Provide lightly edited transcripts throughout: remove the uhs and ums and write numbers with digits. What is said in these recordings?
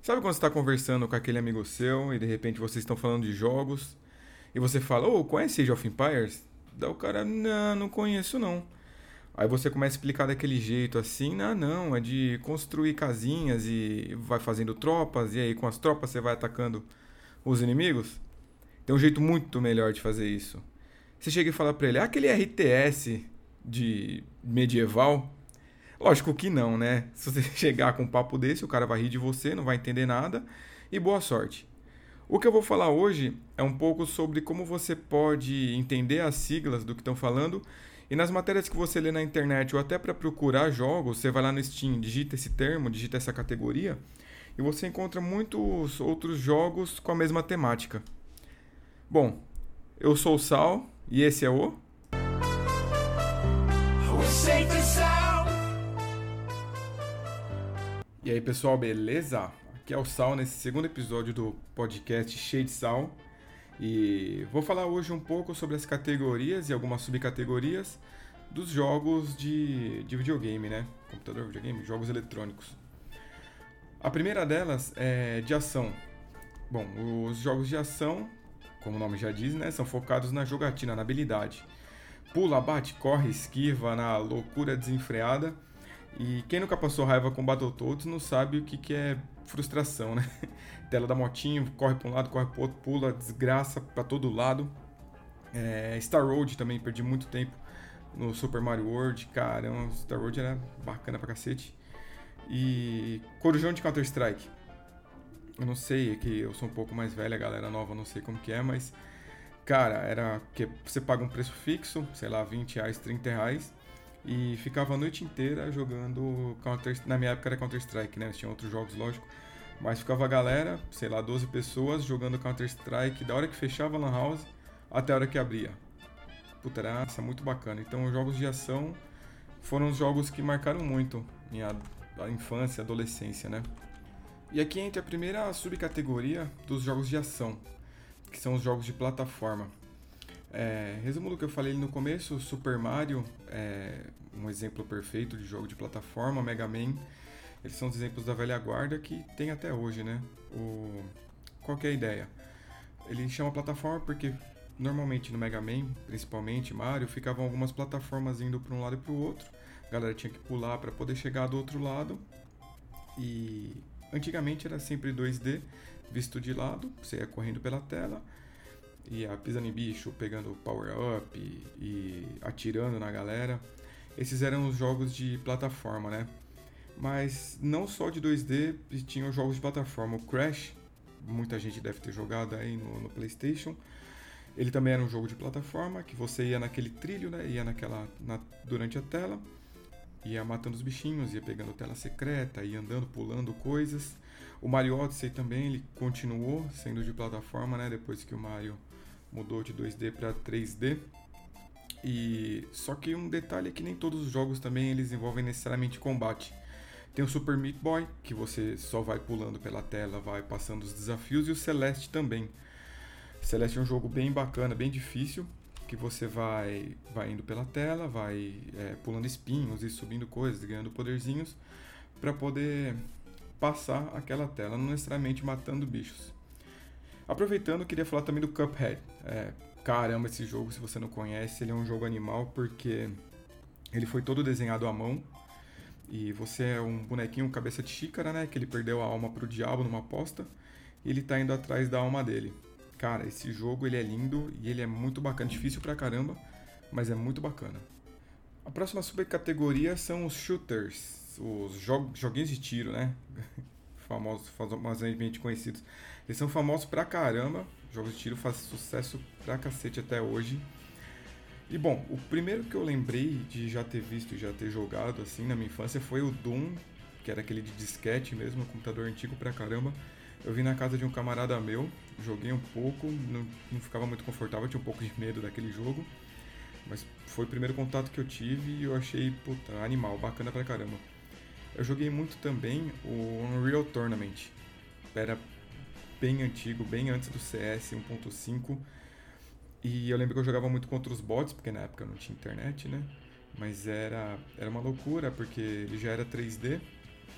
Sabe quando você está conversando com aquele amigo seu e de repente vocês estão falando de jogos e você fala, ô, conhece Age of Empires? Daí o cara, não conheço não. Aí você começa a explicar daquele jeito assim, não, é de construir casinhas e vai fazendo tropas e aí com as tropas você vai atacando os inimigos. Tem um jeito muito melhor de fazer isso. Você chega e fala pra ele, aquele RTS de medieval? Lógico que não, né? Se você chegar com um papo desse, o cara vai rir de você, não vai entender nada e boa sorte. O que eu vou falar hoje é um pouco sobre como você pode entender as siglas do que estão falando e nas matérias que você lê na internet ou até para procurar jogos, você vai lá no Steam, digita esse termo, digita essa categoria e você encontra muitos outros jogos com a mesma temática. Bom, eu sou o Sal e esse é o E aí, pessoal, beleza? Aqui é o Sal nesse segundo episódio do podcast Cheio de Sal. E vou falar hoje um pouco sobre as categorias e algumas subcategorias dos jogos de videogame, né? Computador, videogame, jogos eletrônicos. A primeira delas é de ação. Bom, os jogos de ação, como o nome já diz, né? São focados na jogatina, na habilidade. Pula, bate, corre, esquiva, na loucura desenfreada. E quem nunca passou raiva com Battletoads não sabe o que é frustração, né? Tela da motinho, corre para um lado, corre para outro, pula, desgraça para todo lado. Star Road também, perdi muito tempo no Super Mario World. Caramba, Star Road era bacana pra cacete. E Corujão de Counter-Strike. Eu não sei, é que eu sou um pouco mais velho, a galera nova não sei como que é, mas... Cara, era que você paga um preço fixo, sei lá, R$ 20, R$ 30, e ficava a noite inteira jogando Counter. Na minha época era Counter-Strike, né? Tinha outros jogos, lógico. Mas ficava a galera, sei lá, 12 pessoas jogando Counter-Strike da hora que fechava a Lan House até a hora que abria. Puta, era muito bacana. Então, os jogos de ação foram os jogos que marcaram muito minha infância, adolescência, né? E aqui entra a primeira subcategoria dos jogos de ação, que são os jogos de plataforma. Resumo do que eu falei no começo, Super Mario é um exemplo perfeito de jogo de plataforma, Mega Man, eles são os exemplos da velha guarda que tem até hoje, né? Qual que é a ideia? Ele chama plataforma porque normalmente no Mega Man, principalmente Mario, ficavam algumas plataformas indo para um lado e para o outro, a galera tinha que pular para poder chegar do outro lado e antigamente era sempre 2D, visto de lado, você ia correndo pela tela, ia pisando em bicho, pegando power-up e atirando na galera. Esses eram os jogos de plataforma, né? Mas não só de 2D, tinham jogos de plataforma. O Crash, muita gente deve ter jogado aí no PlayStation. Ele também era um jogo de plataforma, que você ia naquele trilho, né? Ia durante a tela, ia matando os bichinhos, ia pegando tela secreta, ia andando, pulando coisas. O Mario Odyssey também, ele continuou sendo de plataforma, né? Depois que o Mario mudou de 2D para 3D. E só que um detalhe é que nem todos os jogos também eles envolvem necessariamente combate. Tem o Super Meat Boy, que você só vai pulando pela tela, vai passando os desafios, e o Celeste também. Celeste é um jogo bem bacana, bem difícil, que você vai indo pela tela, vai pulando espinhos e subindo coisas, ganhando poderzinhos, para poder passar aquela tela, não necessariamente matando bichos. Aproveitando, eu queria falar também do Cuphead. Caramba, esse jogo, se você não conhece, ele é um jogo animal porque ele foi todo desenhado à mão e você é um bonequinho cabeça de xícara, né? Que ele perdeu a alma pro diabo numa aposta e ele tá indo atrás da alma dele. Cara, esse jogo ele é lindo e ele é muito bacana, difícil pra caramba, mas é muito bacana. A próxima subcategoria são os shooters, os joguinhos de tiro, né? famosamente conhecidos. Eles são famosos pra caramba, jogos de tiro fazem sucesso pra cacete até hoje. E bom, o primeiro que eu lembrei de já ter visto e já ter jogado assim na minha infância foi o Doom, que era aquele de disquete mesmo, um computador antigo pra caramba. Eu vim na casa de um camarada meu, joguei um pouco, não ficava muito confortável, tinha um pouco de medo daquele jogo. Mas foi o primeiro contato que eu tive e eu achei, puta, animal, bacana pra caramba. Eu joguei muito também o Unreal Tournament. Era bem antigo, bem antes do CS 1.5. E eu lembro que eu jogava muito contra os bots, porque na época não tinha internet, né? Mas era uma loucura, porque ele já era 3D.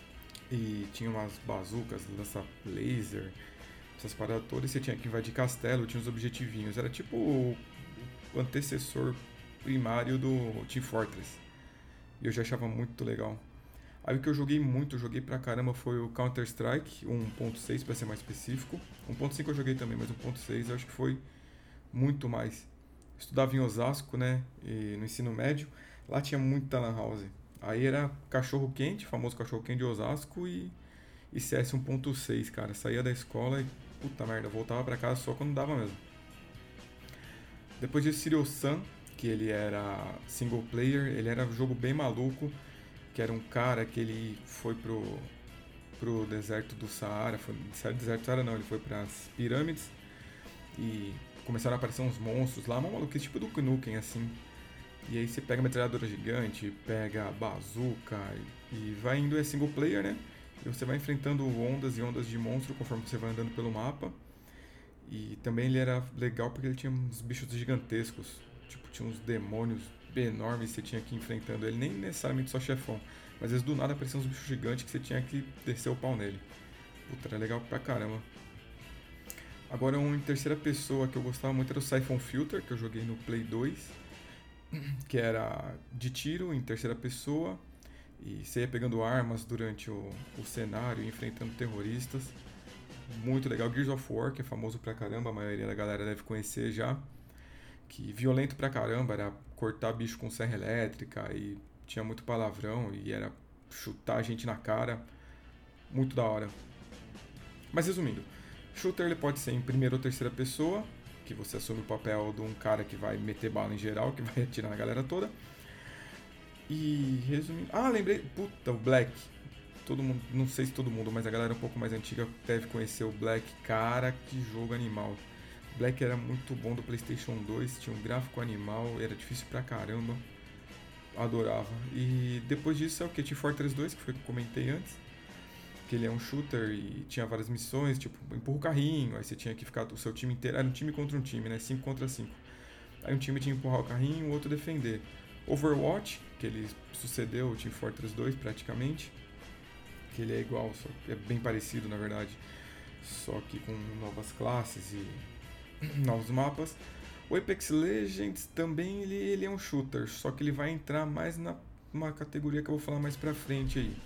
e tinha umas bazucas, lança laser, essas paradas todas, e você tinha que invadir castelo, tinha uns objetivinhos. Era tipo o antecessor primário do Team Fortress. E eu já achava muito legal. Aí o que eu joguei muito, eu joguei pra caramba, foi o Counter-Strike 1.6 pra ser mais específico. 1.5 eu joguei também, mas 1.6 eu acho que foi muito mais. Estudava em Osasco, né, e no ensino médio, lá tinha muita lan house. Aí era cachorro quente, famoso cachorro quente de Osasco e CS 1.6, cara. Saía da escola e puta merda, voltava pra casa só quando dava mesmo. Depois de Serious Sam, que ele era single player, ele era um jogo bem maluco, que era um cara que ele foi pro deserto do Saara, foi, deserto do Saara não, ele foi pras pirâmides e começaram a aparecer uns monstros lá, uma maluquice tipo do Knuckles, assim. E aí você pega metralhadora gigante, pega bazuca e vai indo, é single player, né? E você vai enfrentando ondas e ondas de monstro conforme você vai andando pelo mapa. E também ele era legal porque ele tinha uns bichos gigantescos. Tipo, tinha uns demônios enormes que você tinha que ir enfrentando ele. Nem necessariamente só chefão. Mas às vezes do nada apareciam uns bichos gigantes que você tinha que descer o pau nele. Puta, era legal pra caramba. Agora um em terceira pessoa que eu gostava muito era o Siphon Filter, que eu joguei no Play 2. Que era de tiro em terceira pessoa. E você ia pegando armas durante o cenário, enfrentando terroristas. Muito legal. Gears of War, que é famoso pra caramba, a maioria da galera deve conhecer já. Que violento pra caramba, era cortar bicho com serra elétrica e tinha muito palavrão e era chutar a gente na cara. Muito da hora. Mas resumindo, shooter ele pode ser em primeira ou terceira pessoa, que você assume o papel de um cara que vai meter bala em geral, que vai atirar na galera toda. E resumindo. Ah, lembrei. Puta, o Black. Todo mundo, não sei se todo mundo, mas a galera um pouco mais antiga deve conhecer o Black. Cara, que jogo animal. Black era muito bom do PlayStation 2, tinha um gráfico animal, era difícil pra caramba. Adorava. E depois disso é o que? Team Fortress 2, que foi o que eu comentei antes. Que ele é um shooter e tinha várias missões, tipo, empurra o carrinho, aí você tinha que ficar o seu time inteiro. Era um time contra um time, né? 5 contra 5. Aí um time tinha que empurrar o carrinho e o outro defender. Overwatch, que ele sucedeu o Team Fortress 2 praticamente. Que ele é igual, só é bem parecido na verdade. Só que com novas classes e novos mapas. O Apex Legends também ele é um shooter, só que ele vai entrar mais numa categoria que eu vou falar mais pra frente aí.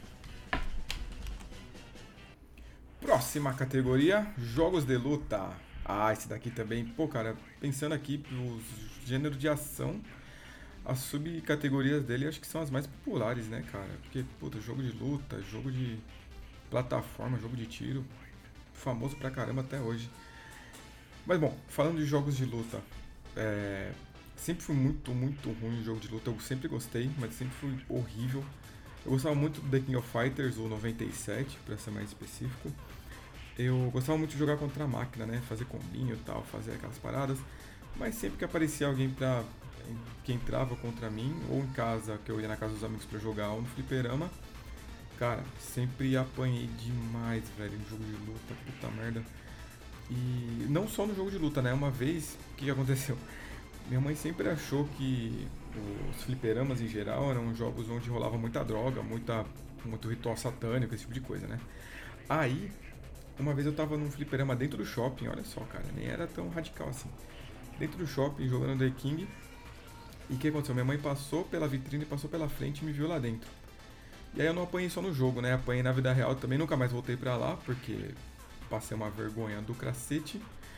Próxima categoria, jogos de luta. Ah, esse daqui também, pô cara, pensando aqui os gêneros de ação, as subcategorias dele acho que são as mais populares, né, cara? Porque, puta, jogo de luta, jogo de plataforma, jogo de tiro, famoso pra caramba até hoje. Mas bom, falando de jogos de luta, sempre fui muito ruim em jogo de luta, eu sempre gostei, mas sempre fui horrível. Eu gostava muito do The King of Fighters, o 97, pra ser mais específico. Eu gostava muito de jogar contra a máquina, né? Fazer combinho e tal, fazer aquelas paradas. Mas sempre que aparecia alguém que entrava contra mim, ou em casa, que eu ia na casa dos amigos pra jogar, ou no fliperama, cara, sempre apanhei demais, velho, em jogo de luta, puta merda. E não só no jogo de luta, né? Uma vez, o que aconteceu? Minha mãe sempre achou que os fliperamas em geral eram jogos onde rolava muita droga, muito ritual satânico, esse tipo de coisa, né? Aí, uma vez eu tava num fliperama dentro do shopping, olha só, cara, nem era tão radical assim. Dentro do shopping, jogando The King. E o que aconteceu? Minha mãe passou pela vitrine, passou pela frente e me viu lá dentro. E aí eu não apanhei só no jogo, né? Apanhei na vida real também, nunca mais voltei pra lá, porque passei uma vergonha do cacete.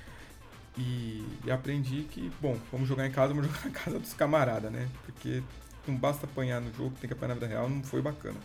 E aprendi que, bom, vamos jogar em casa, vamos jogar na casa dos camaradas, né? Porque não basta apanhar no jogo, tem que apanhar na vida real, não foi bacana.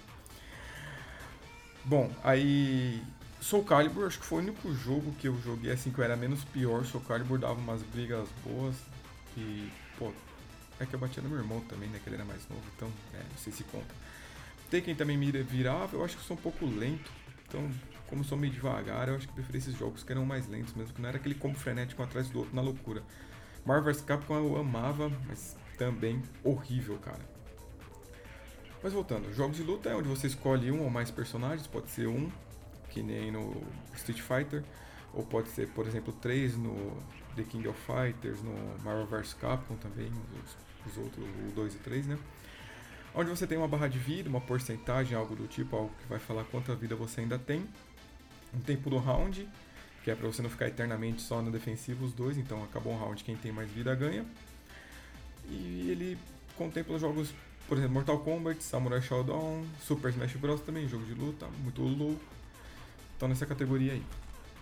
Bom, aí Soul Calibur, acho que foi o único jogo que eu joguei assim que eu era menos pior. Soul Calibur dava umas brigas boas e, pô, é que eu batia no meu irmão também, né? Que ele era mais novo, então, não sei se conta. Tekken também me virava, eu acho que eu sou um pouco lento, então, como eu sou meio devagar, eu acho que preferi esses jogos que eram mais lentos mesmo, que não era aquele combo frenético um atrás do outro na loucura. Marvel vs Capcom eu amava, mas também horrível, cara. Mas voltando, jogos de luta é onde você escolhe um ou mais personagens, pode ser um, que nem no Street Fighter, ou pode ser, por exemplo, três no The King of Fighters, no Marvel vs Capcom também, os outros, o 2 e 3, né? onde você tem uma barra de vida, uma porcentagem, algo do tipo, algo que vai falar quanta vida você ainda tem. Um tempo do round, que é pra você não ficar eternamente só no defensivo os dois, então acabou um round, quem tem mais vida ganha. E ele contempla jogos, por exemplo, Mortal Kombat, Samurai Shodown, Super Smash Bros. Também, jogo de luta, muito louco. Então nessa categoria aí.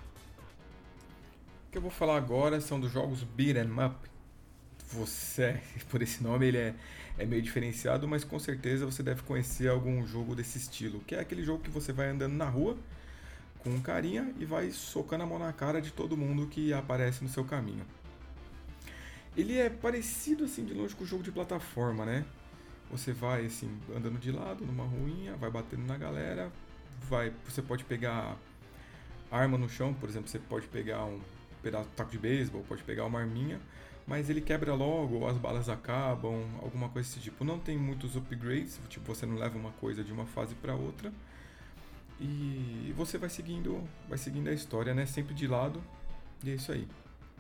O que eu vou falar agora são dos jogos Beat 'em Up. Você, por esse nome, ele é meio diferenciado, mas com certeza você deve conhecer algum jogo desse estilo, que é aquele jogo que você vai andando na rua com um carinha e vai socando a mão na cara de todo mundo que aparece no seu caminho. Ele é parecido assim de longe com o jogo de plataforma, né? Você vai assim andando de lado numa ruinha, vai batendo na galera, você pode pegar arma no chão, por exemplo, você pode pegar um pedaço de taco de beisebol, pode pegar uma arminha, mas ele quebra logo, ou as balas acabam, alguma coisa desse tipo. Não tem muitos upgrades, tipo, você não leva uma coisa de uma fase para outra. E você vai seguindo a história, né? Sempre de lado. E é isso aí.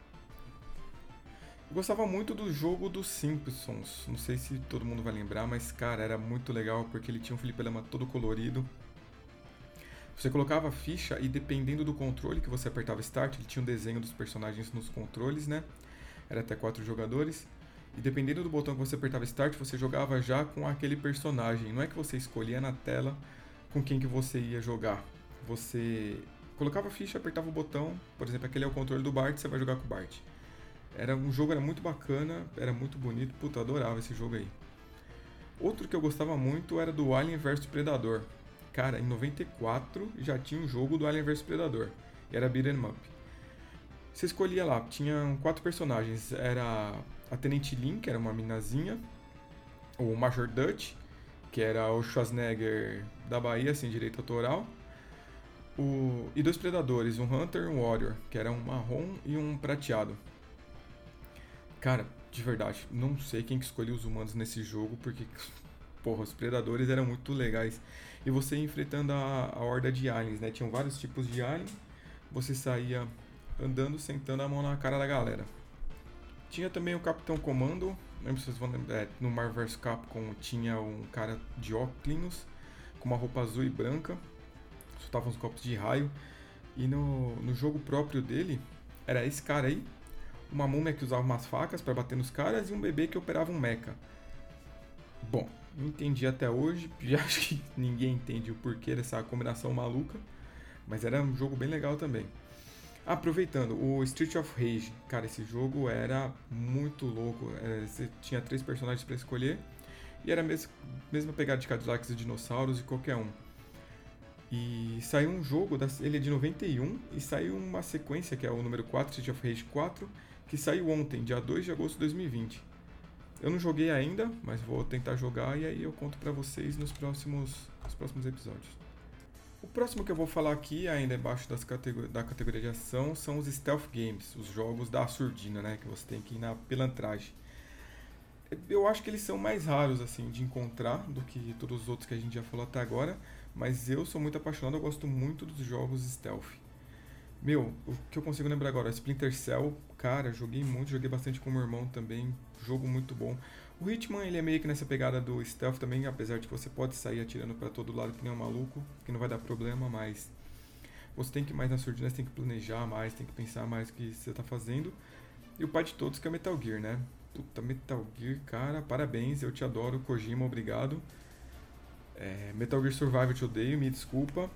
Eu gostava muito do jogo dos Simpsons. Não sei se todo mundo vai lembrar, mas cara, era muito legal porque ele tinha um fliperama todo colorido. Você colocava a ficha e dependendo do controle que você apertava Start, ele tinha um desenho dos personagens nos controles, né? Era até 4 jogadores. E dependendo do botão que você apertava Start, você jogava já com aquele personagem. Não é que você escolhia na tela com quem que você ia jogar. Você colocava a ficha, apertava o botão. Por exemplo, aquele é o controle do Bart, você vai jogar com o Bart. Um jogo era muito bacana, era muito bonito. Puta, eu adorava esse jogo aí. Outro que eu gostava muito era do Alien vs Predador. Cara, em 94 já tinha um jogo do Alien vs Predador. E era Beat 'em Up. Você escolhia lá, tinham 4 personagens. Era a Tenente Lynn, que era uma minazinha. O Major Dutch, que era o Schwarzenegger da Bahia, sem direito autoral. E 2 predadores, um Hunter e um Warrior, que era um marrom e um prateado. Cara, de verdade, não sei quem que escolheu os humanos nesse jogo, porque, porra, os predadores eram muito legais. E você ia enfrentando a horda de aliens, né? Tinham vários tipos de alien. Você saía andando, sentando a mão na cara da galera. Tinha também o Capitão Comando. Não lembro se vocês vão lembrar. No Marvel vs Capcom tinha um cara de óculos com uma roupa azul e branca. Soltava uns copos de raio. E no jogo próprio dele era esse cara aí. Uma múmia que usava umas facas para bater nos caras e um bebê que operava um mecha. Bom, não entendi até hoje. Já acho que ninguém entende o porquê dessa combinação maluca. Mas era um jogo bem legal também. Aproveitando, o Street of Rage, cara, esse jogo era muito louco. Você tinha 3 personagens para escolher e era a mesma pegada de Cadillacs e dinossauros e qualquer um. E saiu um jogo, ele é de 91 e saiu uma sequência que é o número 4, Street of Rage 4, que saiu ontem, dia 2 de agosto de 2020. Eu não joguei ainda, mas vou tentar jogar e aí eu conto pra vocês nos próximos episódios. O próximo que eu vou falar aqui, ainda embaixo da categoria de ação, são os Stealth Games, os jogos da surdina, né, que você tem que ir na pilantragem. Eu acho que eles são mais raros assim de encontrar do que todos os outros que a gente já falou até agora, mas eu sou muito apaixonado, eu gosto muito dos jogos stealth. Meu, o que eu consigo lembrar agora, Splinter Cell, cara, joguei muito, joguei bastante com o meu irmão também, jogo muito bom. O Hitman, ele é meio que nessa pegada do stealth também, apesar de que você pode sair atirando pra todo lado que nem um maluco, que não vai dar problema, mas você tem que ir mais na surdina, você tem que planejar mais, tem que pensar mais o que você tá fazendo. E o pai de todos que é Metal Gear, né? Puta, Metal Gear, cara, parabéns, eu te adoro, Kojima, obrigado. Metal Gear Survive eu te odeio, me desculpa.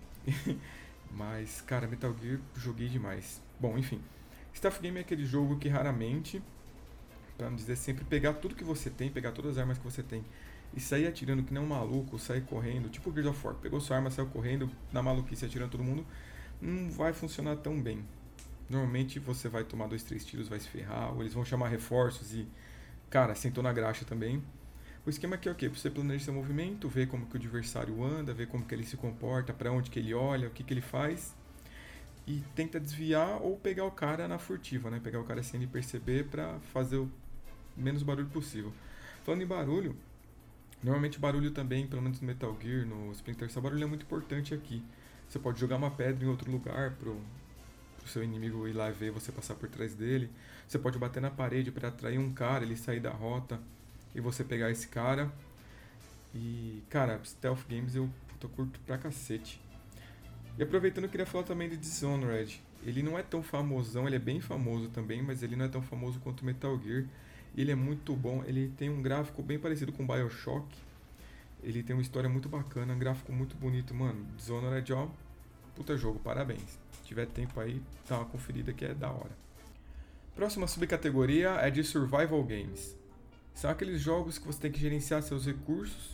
Mas, cara, Metal Gear joguei demais. Bom, enfim. Stealth Game é aquele jogo que raramente, pra não dizer sempre, pegar tudo que você tem, pegar todas as armas que você tem e sair atirando que nem um maluco, sair correndo, tipo o Gears of War, pegou sua arma, saiu correndo, na maluquice atirando todo mundo, não vai funcionar tão bem. Normalmente você vai tomar 2, 3 tiros, vai se ferrar, ou eles vão chamar reforços e, cara, sentou na graxa também. O esquema aqui é o quê? Você planeja seu movimento, ver como que o adversário anda, ver como que ele se comporta, pra onde que ele olha, o que que ele faz. E tenta desviar ou pegar o cara na furtiva, né? Pegar o cara sem ele perceber pra fazer o menos barulho possível. Falando em barulho, normalmente barulho também, pelo menos no Metal Gear, no Splinter Cell, barulho é muito importante aqui. Você pode jogar uma pedra em outro lugar pro seu inimigo ir lá e ver você passar por trás dele. Você pode bater na parede para atrair um cara, ele sair da rota e você pegar esse cara. E, cara, stealth games eu tô curto pra cacete. E aproveitando, eu queria falar também de Dishonored. Ele não é tão famosão, ele é bem famoso também, mas ele não é tão famoso quanto Metal Gear. Ele é muito bom, ele tem um gráfico bem parecido com BioShock. Ele tem uma história muito bacana, um gráfico muito bonito, mano. Dishonored, ó, puta jogo, parabéns. Se tiver tempo aí, dá uma conferida que é da hora. Próxima subcategoria é de Survival Games. São aqueles jogos que você tem que gerenciar seus recursos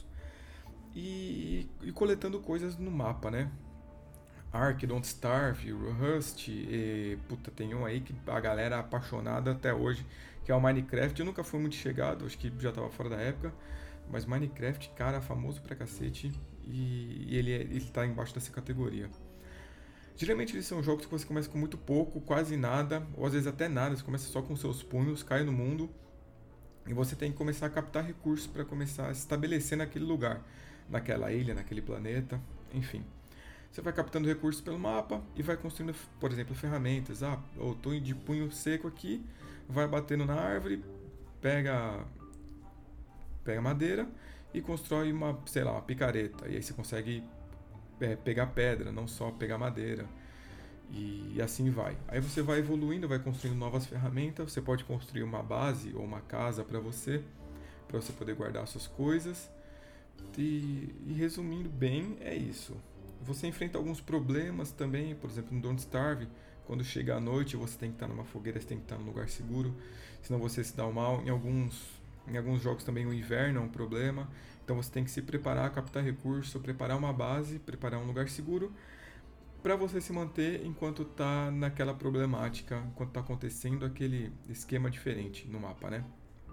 e coletando coisas no mapa, né? Ark, Don't Starve, Rust, puta, tem um aí que a galera é apaixonada até hoje, que é o Minecraft. Eu nunca fui muito chegado, acho que já tava fora da época, mas Minecraft, cara, famoso pra cacete, e ele tá embaixo dessa categoria. Geralmente eles são jogos que você começa com muito pouco, quase nada, ou às vezes até nada, você começa só com seus punhos, cai no mundo, e você tem que começar a captar recursos para começar a se estabelecer naquele lugar, naquela ilha, naquele planeta, enfim. Você vai captando recursos pelo mapa e vai construindo, por exemplo, ferramentas. Ah, eu tô de punho seco aqui, vai batendo na árvore, pega madeira e constrói uma, sei lá, uma picareta. E aí você consegue pegar pedra, não só pegar madeira. E assim vai. Aí você vai evoluindo, vai construindo novas ferramentas. Você pode construir uma base ou uma casa para você poder guardar suas coisas. E resumindo bem, é isso. Você enfrenta alguns problemas também, por exemplo, no Don't Starve, quando chega a noite você tem que estar numa fogueira, você tem que estar num lugar seguro, senão você se dá mal. Em alguns jogos também o inverno é um problema, então você tem que se preparar, captar recurso, preparar uma base, preparar um lugar seguro para você se manter enquanto está naquela problemática, enquanto está acontecendo aquele esquema diferente no mapa, né?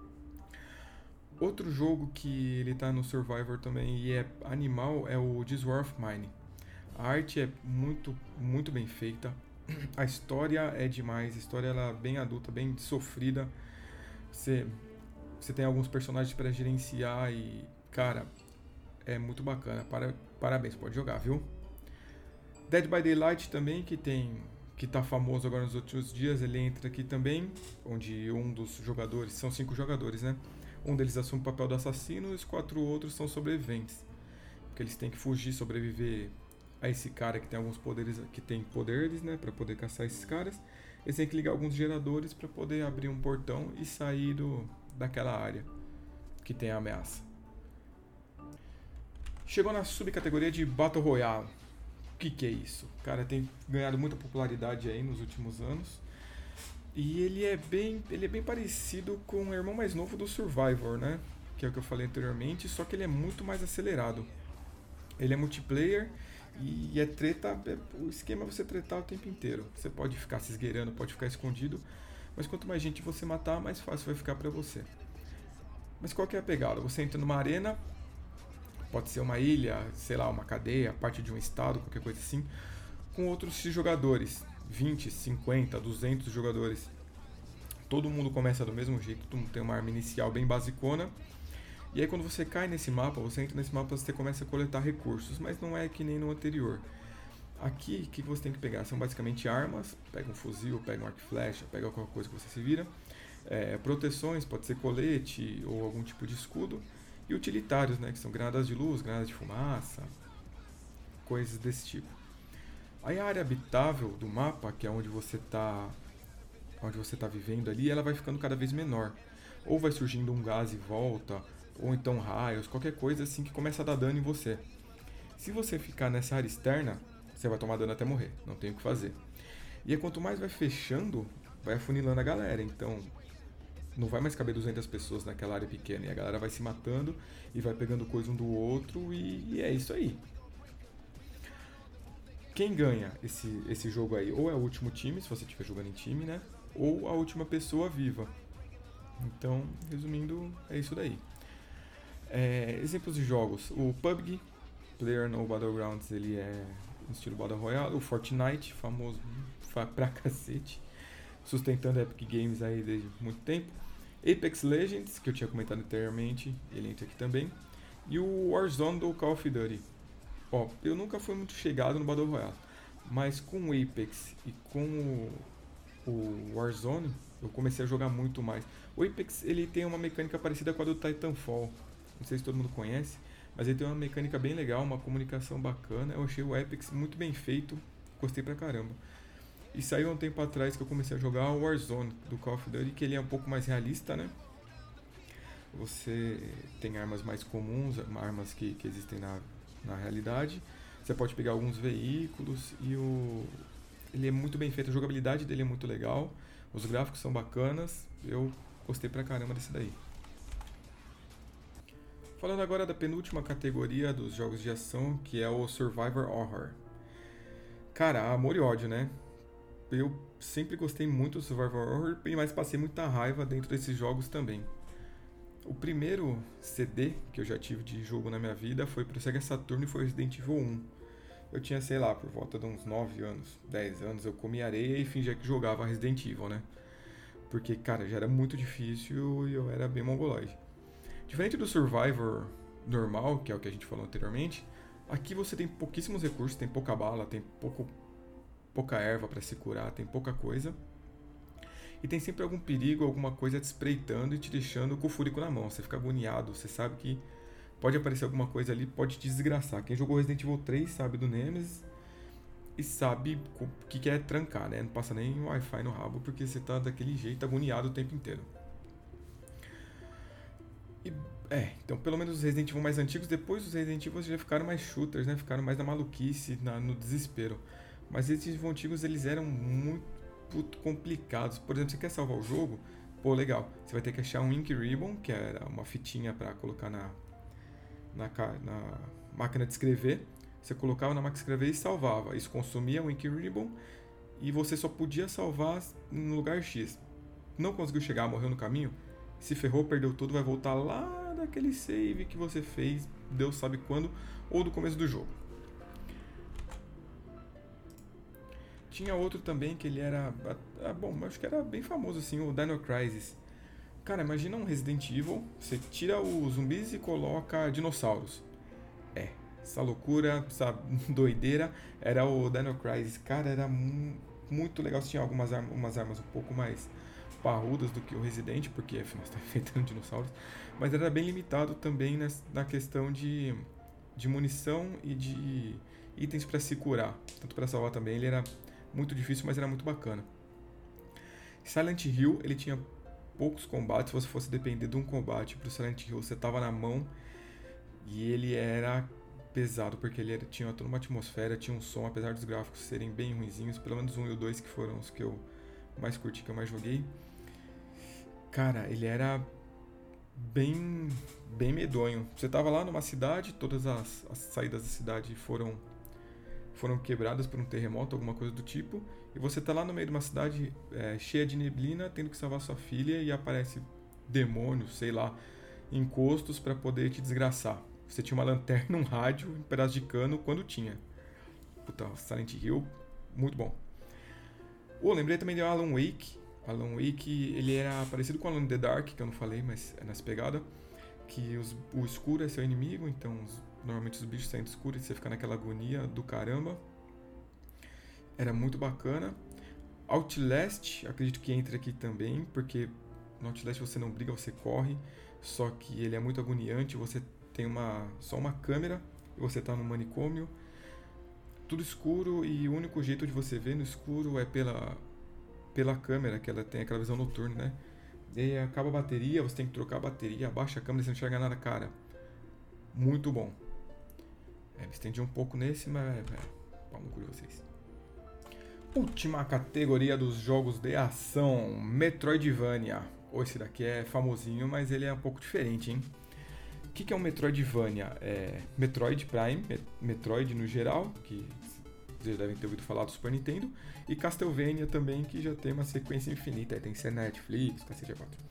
Outro jogo que ele tá no Survivor também e é animal é o This War of Mine. A arte é muito, muito bem feita. A história é demais. A história ela é bem adulta, bem sofrida. Você, você tem alguns personagens para gerenciar e, cara, é muito bacana. Parabéns, pode jogar, viu? Dead by Daylight também, que tá famoso agora nos últimos dias, ele entra aqui também, onde um dos jogadores, são 5 jogadores, né? Um deles assume o papel do assassino e os 4 outros são sobreviventes. Porque eles têm que fugir, sobreviver a esse cara que tem alguns poderes, que tem poderes, né, para poder caçar esses caras. Eles têm que ligar alguns geradores para poder abrir um portão e sair daquela área que tem a ameaça. Chegou na subcategoria de Battle Royale. O que é isso? O cara tem ganhado muita popularidade aí nos últimos anos. E ele é bem parecido com o irmão mais novo do Survivor, né? Que é o que eu falei anteriormente, só que ele é muito mais acelerado. Ele é multiplayer e é treta. O esquema é você tretar o tempo inteiro. Você pode ficar se esgueirando, pode ficar escondido, mas quanto mais gente você matar, mais fácil vai ficar pra você. Mas qual que é a pegada? Você entra numa arena, pode ser uma ilha, sei lá, uma cadeia, parte de um estado, qualquer coisa assim, com outros jogadores. 20, 50, 200 jogadores. Todo mundo começa do mesmo jeito, todo mundo tem uma arma inicial bem basicona. E aí quando você cai nesse mapa, você entra nesse mapa, você começa a coletar recursos, mas não é que nem no anterior. Aqui, o que você tem que pegar? São basicamente armas, pega um fuzil, pega um arco e flecha, pega qualquer coisa que você se vira. Proteções, pode ser colete ou algum tipo de escudo. E utilitários, né, que são granadas de luz, granadas de fumaça, coisas desse tipo. Aí a área habitável do mapa, que é onde você tá vivendo ali, ela vai ficando cada vez menor. Ou vai surgindo um gás e volta, ou então raios, qualquer coisa assim que começa a dar dano em você. Se você ficar nessa área externa, você vai tomar dano até morrer, não tem o que fazer. E aí, quanto mais vai fechando, vai afunilando a galera, então não vai mais caber 200 pessoas naquela área pequena, e a galera vai se matando e vai pegando coisa um do outro e é isso aí. Quem ganha esse jogo aí, ou é o último time, se você estiver jogando em time, né? Ou a última pessoa viva. Então, resumindo, é isso daí. Exemplos de jogos. O PUBG, PlayerUnknown's Battlegrounds, ele é no estilo Battle Royale. O Fortnite, famoso pra cacete, sustentando a Epic Games aí desde muito tempo. Apex Legends, que eu tinha comentado anteriormente, ele entra aqui também. E o Warzone do Call of Duty. Ó, eu nunca fui muito chegado no Battle Royale, mas com o Apex e com o Warzone, eu comecei a jogar muito mais. O Apex, ele tem uma mecânica parecida com a do Titanfall. Não sei se todo mundo conhece, Mas ele tem uma mecânica bem legal, uma comunicação bacana. Eu achei o Apex muito bem feito, gostei pra caramba. E saiu há um tempo atrás que eu comecei a jogar o Warzone do Call of Duty, que ele é um pouco mais realista, né? Você tem armas mais comuns, armas que existem na realidade. Você pode pegar alguns veículos e ele é muito bem feito, a jogabilidade dele é muito legal, os gráficos são bacanas, eu gostei pra caramba desse daí. Falando agora da penúltima categoria dos jogos de ação, que é o Survivor Horror. Cara, amor e ódio, né? Eu sempre gostei muito do Survivor Horror, mas passei muita raiva dentro desses jogos também. O primeiro CD que eu já tive de jogo na minha vida foi pro Sega Saturn e foi Resident Evil 1. Eu tinha, sei lá, por volta de uns 9 anos, 10 anos, eu comia areia e fingia que jogava Resident Evil, né? Porque, cara, já era muito difícil e eu era bem mongoloide. Diferente do Survivor normal, que é o que a gente falou anteriormente, aqui você tem pouquíssimos recursos, tem pouca bala, tem pouca erva para se curar, tem pouca coisa. E tem sempre algum perigo, alguma coisa te espreitando e te deixando com o fúrico na mão. Você fica agoniado, você sabe que pode aparecer alguma coisa ali, pode te desgraçar. Quem jogou Resident Evil 3 sabe do Nemesis e sabe o que é trancar, né? Não passa nem Wi-Fi no rabo porque você tá daquele jeito, agoniado o tempo inteiro. E, então pelo menos os Resident Evil mais antigos, depois os Resident Evil já ficaram mais shooters, né? Ficaram mais na maluquice, no desespero. Mas esses antigos eles eram muito complicados. Por exemplo, você quer salvar o jogo? Pô, legal. Você vai ter que achar um Ink Ribbon, que era uma fitinha para colocar na máquina de escrever. Você colocava na máquina de escrever e salvava. Isso consumia o Ink Ribbon e você só podia salvar no lugar X. Não conseguiu chegar, morreu no caminho, se ferrou, perdeu tudo, vai voltar lá daquele save que você fez, Deus sabe quando, ou do começo do jogo. Tinha outro também que ele era, bom, acho que era bem famoso assim, o Dino Crisis. Cara, imagina um Resident Evil, você tira os zumbis e coloca dinossauros. Essa loucura, essa doideira, era o Dino Crisis. Cara, era muito legal, tinha algumas umas armas um pouco mais parrudas do que o Resident, porque afinal está enfrentando dinossauros, mas era bem limitado também na questão de munição e de itens para se curar, tanto para salvar também, ele era muito difícil, mas era muito bacana. Silent Hill, ele tinha poucos combates, se você fosse depender de um combate pro Silent Hill, você tava na mão, e ele era pesado, porque ele tinha toda uma atmosfera, tinha um som, apesar dos gráficos serem bem ruinzinhos, pelo menos o 1 e o 2 que foram os que eu mais curti, que eu mais joguei. Cara, ele era bem medonho. Você tava lá numa cidade, todas as saídas da cidade foram quebradas por um terremoto, alguma coisa do tipo, e você tá lá no meio de uma cidade cheia de neblina, tendo que salvar sua filha, e aparece demônios, sei lá, encostos para poder te desgraçar. Você tinha uma lanterna, um rádio, um pedaço de cano, quando tinha. Puta, Silent Hill, muito bom. Lembrei também de Alan Wake. Alan Wake, ele era parecido com Alan in the Dark, que eu não falei, mas é nessa pegada, que o escuro é seu inimigo, então normalmente os bichos saem do escuro e você fica naquela agonia do caramba. Era muito bacana. Outlast, acredito que entra aqui também, porque no Outlast você não briga, você corre, só que ele é muito agoniante, você tem só uma câmera e você tá no manicômio, tudo escuro, e o único jeito de você ver no escuro é pela câmera, que ela tem aquela visão noturna, né? E aí acaba a bateria, você tem que trocar a bateria, abaixa a câmera e você não enxerga nada, cara. Muito bom. Me estendi um pouco nesse, mas pau no cu de vocês. Última categoria dos jogos de ação, Metroidvania. Esse daqui é famosinho, mas ele é um pouco diferente, hein? O que é um Metroidvania? Metroid Prime, Metroid no geral, que vocês devem ter ouvido falar do Super Nintendo, e Castlevania também, que já tem uma sequência infinita, tem que ser Netflix, cacete a quatro.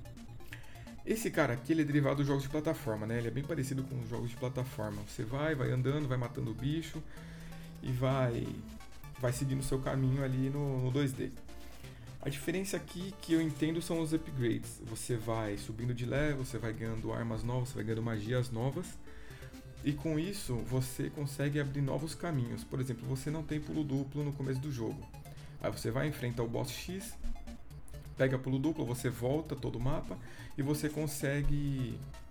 Esse cara aqui, ele é derivado dos jogos de plataforma, né? Ele é bem parecido com os jogos de plataforma. Você vai andando, vai matando o bicho e vai seguindo o seu caminho ali no 2D. A diferença aqui que eu entendo são os upgrades. Você vai subindo de level, você vai ganhando armas novas, você vai ganhando magias novas. E com isso, você consegue abrir novos caminhos. Por exemplo, você não tem pulo duplo no começo do jogo. Aí você vai enfrentar o boss X, pega pulo duplo, você volta todo o mapa e você consegue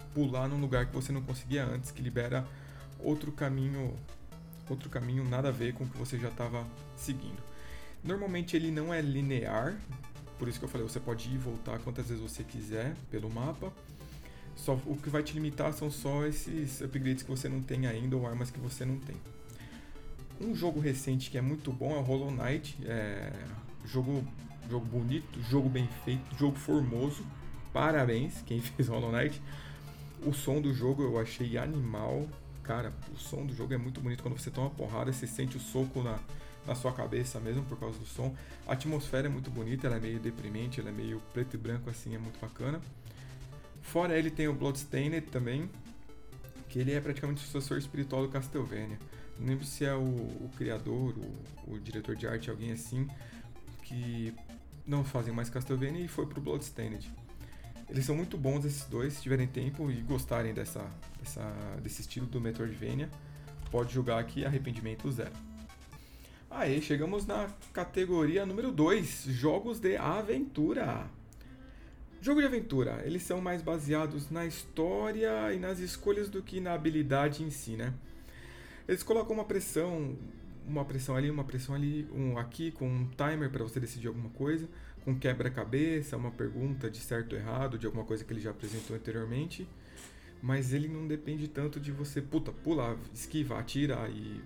pular num lugar que você não conseguia antes, que libera outro caminho nada a ver com o que você já estava seguindo. Normalmente ele não é linear, por isso que eu falei, você pode ir e voltar quantas vezes você quiser pelo mapa. Só, o que vai te limitar são só esses upgrades que você não tem ainda ou armas que você não tem. Um jogo recente que é muito bom é o Hollow Knight. Jogo bonito, jogo bem feito, jogo formoso. Parabéns quem fez Hollow Knight. O som do jogo eu achei animal. Cara, o som do jogo é muito bonito. Quando você toma uma porrada, você sente o soco na sua cabeça mesmo por causa do som. A atmosfera é muito bonita, ela é meio deprimente, ela é meio preto e branco assim, é muito bacana. Fora ele tem o Bloodstained também, que ele é praticamente o sucessor espiritual do Castlevania. Não lembro se é o criador, o diretor de arte, alguém assim, que não fazem mais Castlevania e foi pro Bloodstained. Eles são muito bons esses dois, se tiverem tempo e gostarem desse estilo do Metroidvania, pode jogar aqui, arrependimento zero. Aí, chegamos na categoria número 2, jogos de aventura. Jogo de aventura, eles são mais baseados na história e nas escolhas do que na habilidade em si, né? Eles colocam uma pressão ali, aqui com um timer para você decidir alguma coisa, com quebra-cabeça, uma pergunta de certo ou errado, de alguma coisa que ele já apresentou anteriormente, mas ele não depende tanto de você, pular, esquivar, atirar e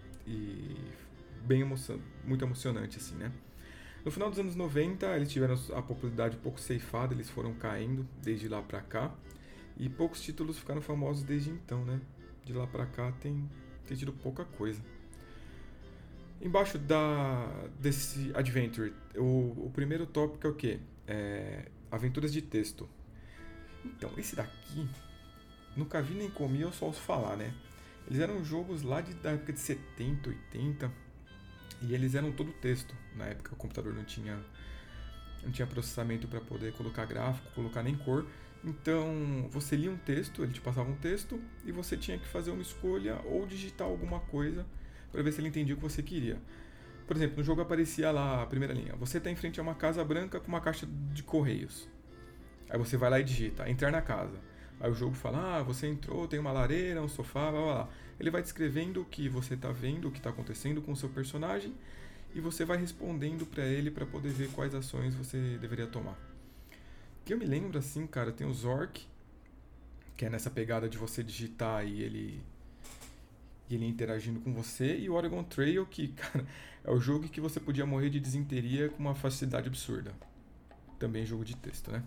muito emocionante assim, né? No final dos anos 90, eles tiveram a popularidade um pouco ceifada, eles foram caindo desde lá pra cá. E poucos títulos ficaram famosos desde então, né? De lá pra cá tem tido pouca coisa. Embaixo desse Adventure, o primeiro tópico é o quê? Aventuras de texto. Então, esse daqui, nunca vi nem comi, eu só ouço falar, né? Eles eram jogos lá da época de 70, 80... E eles eram todo texto. Na época o computador não tinha processamento para poder colocar gráfico, colocar nem cor. Então você lia um texto, ele te passava um texto e você tinha que fazer uma escolha ou digitar alguma coisa para ver se ele entendia o que você queria. Por exemplo, no jogo aparecia lá a primeira linha: você está em frente a uma casa branca com uma caixa de correios. Aí você vai lá e digita entrar na casa. Aí o jogo fala: você entrou, tem uma lareira, um sofá, blá blá blá. Ele vai descrevendo o que você está vendo, o que está acontecendo com o seu personagem, e você vai respondendo para ele para poder ver quais ações você deveria tomar. Que eu me lembro assim, cara, tem o Zork, que é nessa pegada de você digitar e ele interagindo com você, e o Oregon Trail, que, cara, é o jogo que você podia morrer de desinteria com uma facilidade absurda. Também jogo de texto, né?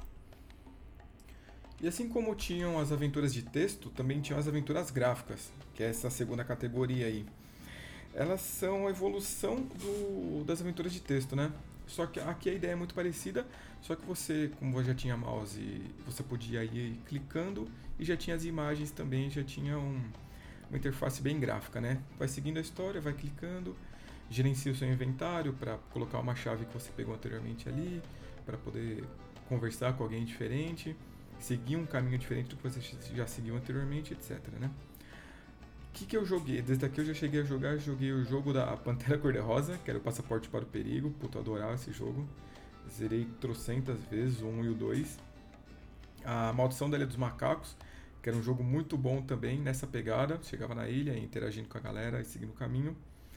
E assim como tinham as aventuras de texto, também tinham as aventuras gráficas, que é essa segunda categoria aí. Elas são a evolução das aventuras de texto, né? Só que aqui a ideia é muito parecida, só que você, como já tinha mouse, você podia ir clicando e já tinha as imagens também, já tinha uma interface bem gráfica, né? Vai seguindo a história, vai clicando, gerencia o seu inventário para colocar uma chave que você pegou anteriormente ali, para poder conversar com alguém diferente, seguir um caminho diferente do que você já seguiu anteriormente, etc, né? O que eu joguei? Desde aqui eu já cheguei a joguei o jogo da Pantera Cor-de-Rosa, que era o Passaporte para o Perigo. Puta, eu adorava esse jogo. Zerei trocentas vezes, o 1 e o 2. A Maldição da Ilha dos Macacos, que era um jogo muito bom também nessa pegada. Chegava na ilha, interagindo com a galera e seguindo o caminho.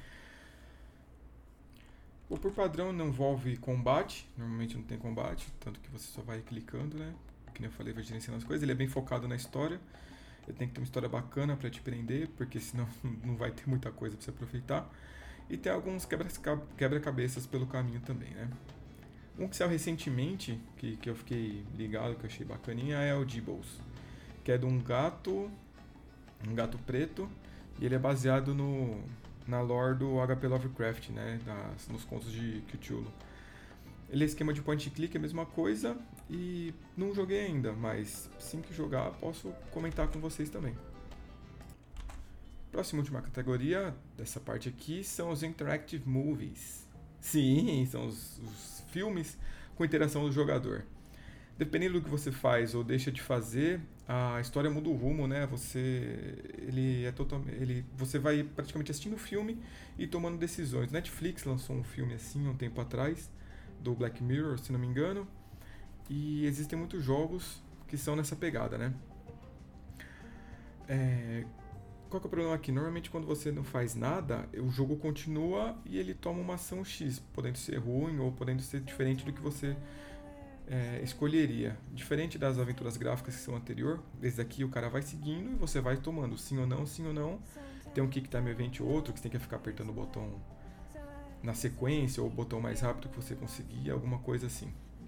O por padrão não envolve combate, normalmente não tem combate, tanto que você só vai clicando, né? Que nem eu falei, vai gerenciando as coisas. Ele é bem focado na história. Ele tem que ter uma história bacana para te prender, porque senão não vai ter muita coisa para você aproveitar. E tem alguns quebra-cabeças pelo caminho também, né? Um que saiu recentemente, que eu fiquei ligado, que eu achei bacaninha, é o Dibbles, que é de um gato preto, e ele é baseado na lore do HP Lovecraft, né? Nos contos de Cthulhu. Ele é esquema de point and click, é a mesma coisa, e não joguei ainda, mas assim que jogar posso comentar com vocês também. Próxima última categoria dessa parte aqui são os Interactive Movies. Sim, são os filmes com interação do jogador. Dependendo do que você faz ou deixa de fazer, a história muda o rumo, né? Você vai praticamente assistindo o filme e tomando decisões. Netflix lançou um filme assim há um tempo atrás, do Black Mirror, se não me engano, e existem muitos jogos que são nessa pegada, né? Qual que é o problema aqui? Normalmente quando você não faz nada, o jogo continua e ele toma uma ação X, podendo ser ruim ou podendo ser diferente do que você escolheria. Diferente das aventuras gráficas que são anterior, desde aqui o cara vai seguindo e você vai tomando sim ou não, sim ou não. Tem um Kick Time Event ou outro que você tem que ficar apertando o botão na sequência ou o botão mais rápido que você conseguir, alguma coisa assim.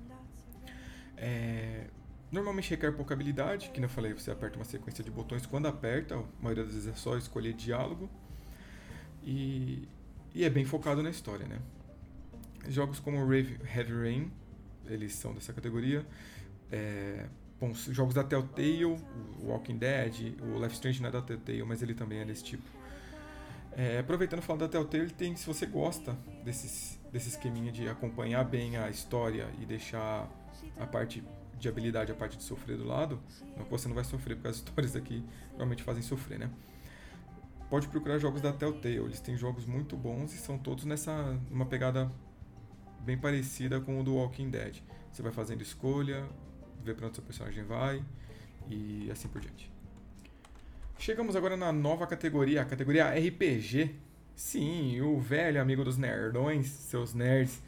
Normalmente requer pouca habilidade, que eu falei, você aperta uma sequência de botões quando aperta, a maioria das vezes é só escolher diálogo e é bem focado na história, né? Jogos como Heavy Rain, eles são dessa categoria. Bom, jogos da Telltale, o Walking Dead, o Life is Strange não é da Telltale, mas ele também é desse tipo. Aproveitando falar da Telltale, se você gosta desse esqueminha de acompanhar bem a história e deixar a parte de habilidade, a parte de sofrer do lado, você não vai sofrer, porque as histórias aqui normalmente fazem sofrer, né? Pode procurar jogos da Telltale, eles têm jogos muito bons e são todos numa pegada bem parecida com o do Walking Dead. Você vai fazendo escolha, vê pra onde seu personagem vai e assim por diante. Chegamos agora na nova categoria, a categoria RPG. Sim, o velho amigo dos nerdões, seus nerds.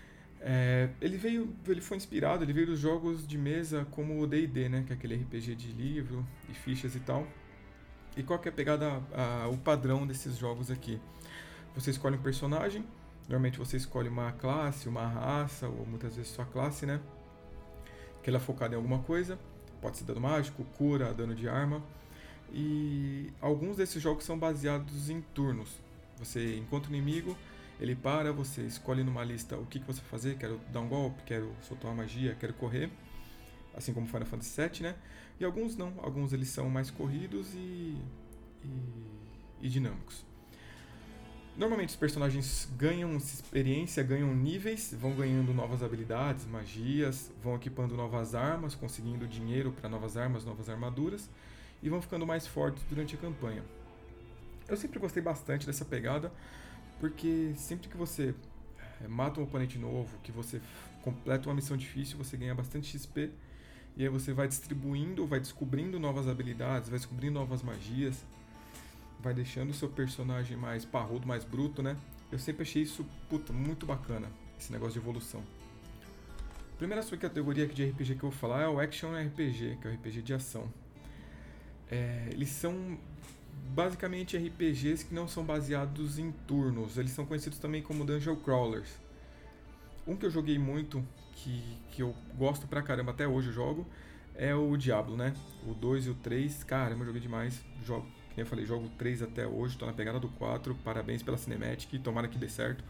Ele foi inspirado, ele veio dos jogos de mesa como o D&D, né, que é aquele RPG de livro e fichas e tal. E qual que é a pegada, o padrão desses jogos aqui? Você escolhe um personagem, normalmente você escolhe uma classe, uma raça, ou muitas vezes só a classe, né, que ela é focada em alguma coisa, pode ser dano mágico, cura, dano de arma. E alguns desses jogos são baseados em turnos. Você encontra um inimigo, ele para, você escolhe numa lista o que você vai fazer, quero dar um golpe, quero soltar uma magia, quero correr, assim como Final Fantasy VII, né? E alguns não, alguns eles são mais corridos e dinâmicos. Normalmente os personagens ganham experiência, ganham níveis, vão ganhando novas habilidades, magias, vão equipando novas armas, conseguindo dinheiro para novas armas, novas armaduras e vão ficando mais fortes durante a campanha. Eu sempre gostei bastante dessa pegada, porque sempre que você mata um oponente novo, que você completa uma missão difícil, você ganha bastante XP, e aí você vai distribuindo, vai descobrindo novas habilidades, vai descobrindo novas magias, vai deixando o seu personagem mais parrudo, mais bruto, né? Eu sempre achei isso, muito bacana, esse negócio de evolução. A primeira subcategoria aqui de RPG que eu vou falar é o Action RPG, que é o RPG de ação. Eles são basicamente RPGs que não são baseados em turnos, eles são conhecidos também como Dungeon Crawlers. Um que eu joguei muito, que eu gosto pra caramba, até hoje eu jogo, é o Diablo, né? O 2 e o 3, caramba, eu joguei demais. Jogo, que nem eu falei, jogo o 3 até hoje, tô na pegada do 4, parabéns pela Cinematic, tomara que dê certo.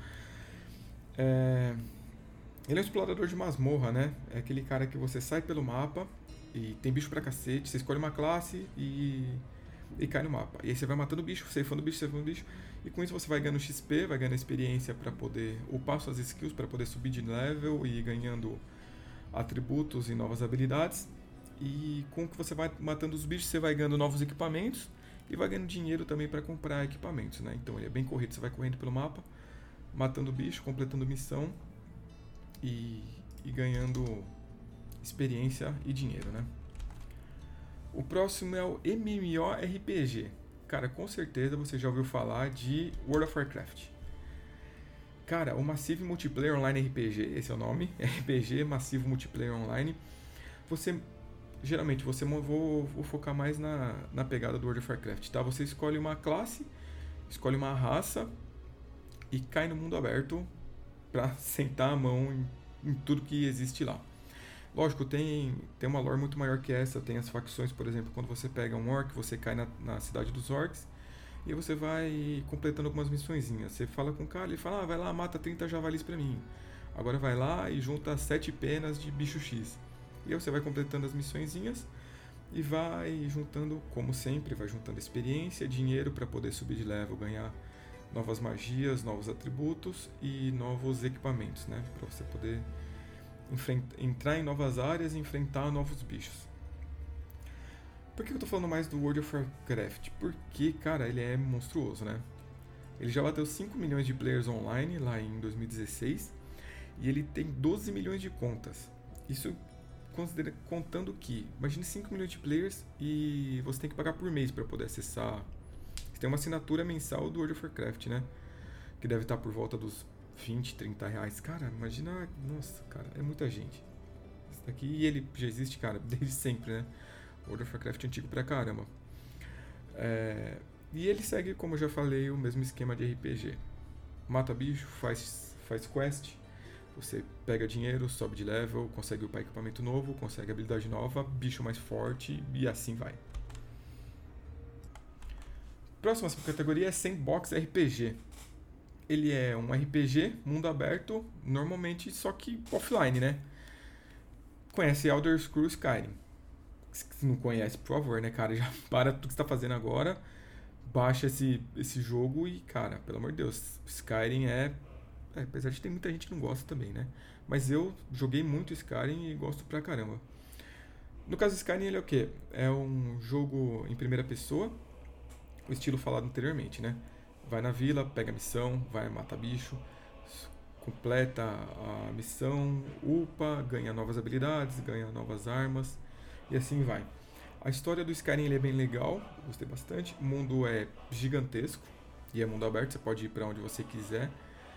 Ele é um explorador de masmorra, né? É aquele cara que você sai pelo mapa e tem bicho pra cacete, você escolhe uma classe e cai no mapa. E aí você vai matando bicho, ceifando bicho, e com isso você vai ganhando XP, vai ganhando experiência para poder upar suas skills, para poder subir de level e ir ganhando atributos e novas habilidades. E com o que você vai matando os bichos, você vai ganhando novos equipamentos e vai ganhando dinheiro também para comprar equipamentos, né? Então ele é bem corrido, você vai correndo pelo mapa, matando bicho, completando missão e ganhando experiência e dinheiro, né? O próximo é o MMORPG. Cara, com certeza você já ouviu falar de World of Warcraft. Cara, o Massive Multiplayer Online RPG, esse é o nome, RPG Massivo Multiplayer Online. Geralmente, vou focar mais na pegada do World of Warcraft, tá? Você escolhe uma classe, escolhe uma raça e cai no mundo aberto pra sentar a mão em tudo que existe lá. Lógico, tem uma lore muito maior que essa, tem as facções, por exemplo, quando você pega um orc, você cai na cidade dos orcs, e você vai completando algumas missõezinhas. Você fala com o cara, ele fala, vai lá, mata 30 javalis pra mim. Agora vai lá e junta 7 penas de bicho X. E aí você vai completando as missõezinhas e vai juntando, como sempre, vai juntando experiência, dinheiro para poder subir de level, ganhar novas magias, novos atributos e novos equipamentos, né? Para você poder entrar em novas áreas e enfrentar novos bichos. Por que eu tô falando mais do World of Warcraft? Porque, cara, ele é monstruoso, né? Ele já bateu 5 milhões de players online lá em 2016 e ele tem 12 milhões de contas. Isso contando que, imagine 5 milhões de players e você tem que pagar por mês para poder acessar. Você tem uma assinatura mensal do World of Warcraft, né? Que deve estar por volta dos 20, 30 reais. Cara, imagina, nossa, cara, é muita gente. Isso daqui, e ele já existe, cara, desde sempre, né? World of Warcraft é antigo pra caramba. E ele segue, como eu já falei, o mesmo esquema de RPG. Mata bicho, faz quest, você pega dinheiro, sobe de level, consegue upar equipamento novo, consegue habilidade nova, bicho mais forte e assim vai. Próxima categoria é Sandbox RPG. Ele é um RPG, mundo aberto, normalmente só que offline, né? Conhece Elder Scrolls Skyrim. Se não conhece, por favor, né, cara? Já para tudo que você tá fazendo agora, baixa esse jogo e, cara, pelo amor de Deus, Skyrim apesar de ter muita gente que não gosta também, né? Mas eu joguei muito Skyrim e gosto pra caramba. No caso do Skyrim, ele é o quê? É um jogo em primeira pessoa, o estilo falado anteriormente, né? Vai na vila, pega a missão, vai matar bicho, completa a missão, upa, ganha novas habilidades, ganha novas armas e assim vai. A história do Skyrim ele é bem legal, gostei bastante. O mundo é gigantesco e é mundo aberto, você pode ir para onde você quiser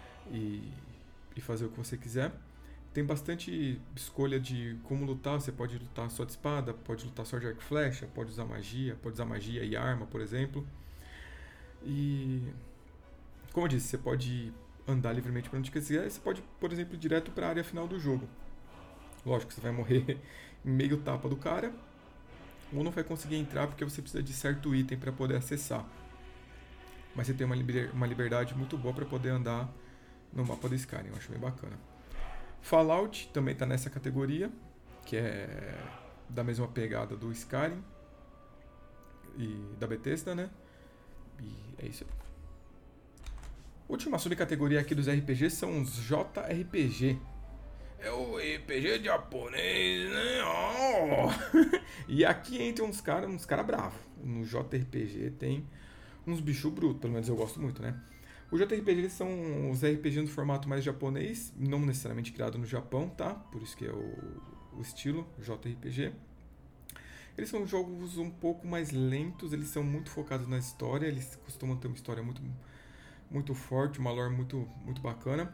e fazer o que você quiser. Tem bastante escolha de como lutar, você pode lutar só de espada, pode lutar só de arco e flecha, pode usar magia e arma, por exemplo. E como eu disse, você pode andar livremente para onde quiser, e você pode, por exemplo, ir direto para a área final do jogo. Lógico que você vai morrer em meio tapa do cara, ou não vai conseguir entrar porque você precisa de certo item para poder acessar. Mas você tem uma liberdade muito boa para poder andar no mapa do Skyrim, eu acho bem bacana. Fallout também está nessa categoria, que é da mesma pegada do Skyrim e da Bethesda, né? E é isso aí. Última subcategoria aqui dos RPGs são os JRPG. É o RPG japonês, né? Oh! E aqui entra uns cara bravos. No JRPG tem uns bichos brutos, pelo menos eu gosto muito, né? Os JRPG são os RPGs no formato mais japonês, não necessariamente criado no Japão, tá? Por isso que é o estilo JRPG. Eles são jogos um pouco mais lentos, eles são muito focados na história, eles costumam ter uma história muito, muito forte, uma lore muito, muito bacana.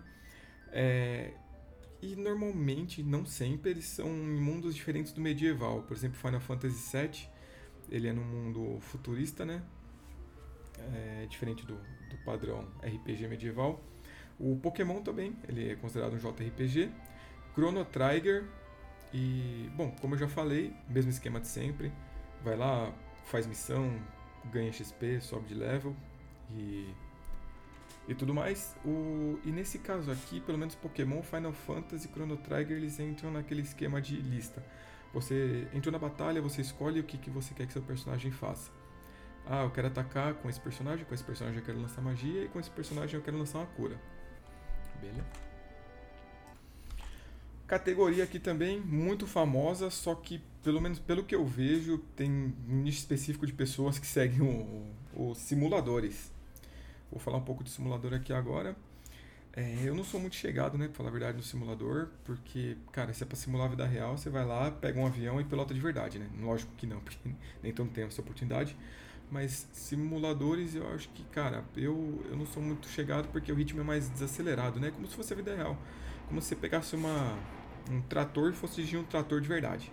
E normalmente, não sempre, eles são em mundos diferentes do medieval. Por exemplo, Final Fantasy VII, ele é num mundo futurista, né? Diferente do padrão RPG medieval. O Pokémon também, ele é considerado um JRPG. Chrono Trigger e, bom, como eu já falei, mesmo esquema de sempre. Vai lá, faz missão, ganha XP, sobe de level e tudo mais. E nesse caso aqui, pelo menos Pokémon, Final Fantasy e Chrono Trigger, eles entram naquele esquema de lista. Você entrou na batalha, você escolhe o que você quer que seu personagem faça. Ah, eu quero atacar com esse personagem eu quero lançar magia e com esse personagem eu quero lançar uma cura. Beleza? Categoria aqui também muito famosa, só que pelo menos pelo que eu vejo tem um nicho específico de pessoas que seguem os simuladores. Vou falar um pouco de simulador aqui agora. Eu não sou muito chegado, né, pra falar a verdade, no simulador, porque, cara, se é pra simular a vida real, você vai lá, pega um avião e pilota de verdade, né? Lógico que não, porque nem todo mundo tem essa oportunidade. Mas simuladores, eu acho que, cara, eu não sou muito chegado porque o ritmo é mais desacelerado, né? Como se fosse a vida real. Como se você pegasse um trator e fosse dirigir um trator de verdade.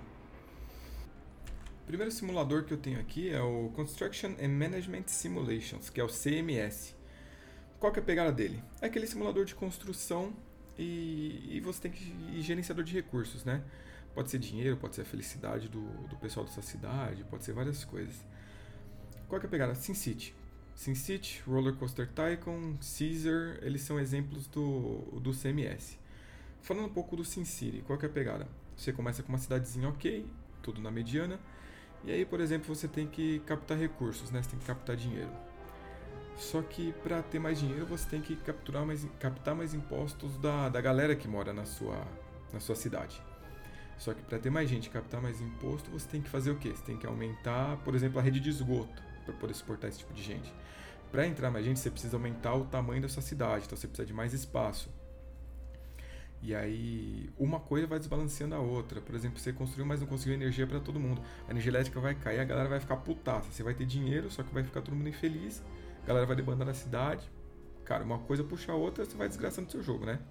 O primeiro simulador que eu tenho aqui é o Construction and Management Simulations, que é o CMS. Qual que é a pegada dele? É aquele simulador de construção e você tem que ir gerenciador de recursos, né? Pode ser dinheiro, pode ser a felicidade do pessoal da sua cidade, pode ser várias coisas. Qual que é a pegada? SimCity, Roller Coaster Tycoon, Caesar, eles são exemplos do CMS. Falando um pouco do SimCity, qual que é a pegada? Você começa com uma cidadezinha ok, tudo na mediana, e aí, por exemplo, você tem que captar recursos, né? Você tem que captar dinheiro. Só que para ter mais dinheiro, você tem que captar mais impostos da galera que mora na sua cidade. Só que para ter mais gente e captar mais imposto, você tem que fazer o quê? Você tem que aumentar, por exemplo, a rede de esgoto para poder suportar esse tipo de gente. Para entrar mais gente, você precisa aumentar o tamanho da sua cidade, então você precisa de mais espaço. E aí, uma coisa vai desbalanceando a outra. Por exemplo, você construiu, mas não conseguiu energia para todo mundo. A energia elétrica vai cair, a galera vai ficar putaça. Você vai ter dinheiro, só que vai ficar todo mundo infeliz. A galera vai debandar na cidade. Cara, uma coisa puxa a outra, você vai desgraçando o seu jogo, né?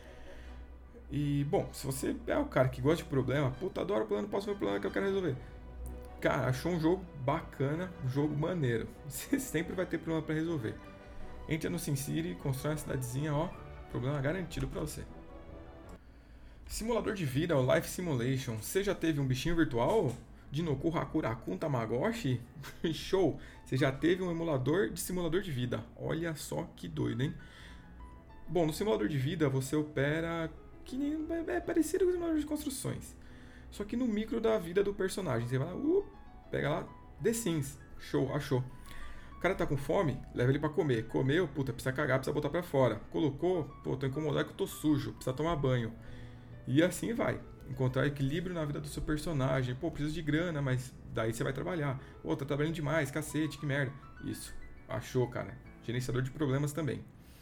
E, bom, se você é o cara que gosta de problema, puta, adoro o problema, não posso ver o problema que eu quero resolver. Cara, achou um jogo bacana, um jogo maneiro. Você sempre vai ter problema para resolver. Entra no SimCity, constrói uma cidadezinha, ó, problema garantido para você. Simulador de vida, o Life Simulation. Você já teve um bichinho virtual? Dinoku Hakurakun Tamagotchi? Show! Você já teve um emulador de simulador de vida. Olha só que doido, hein? Bom, no simulador de vida você opera que nem, é parecido com o simulador de construções. Só que no micro da vida do personagem. Você vai lá, pega lá, The Sims. Show, achou. O cara tá com fome, leva ele pra comer. Comeu, puta, precisa cagar, precisa botar pra fora. Colocou, pô, tô incomodado que eu tô sujo, precisa tomar banho. E assim vai. Encontrar equilíbrio na vida do seu personagem. Pô, preciso de grana, mas daí você vai trabalhar. Pô, tá trabalhando demais, cacete, que merda. Isso, achou, cara. Gerenciador de problemas também.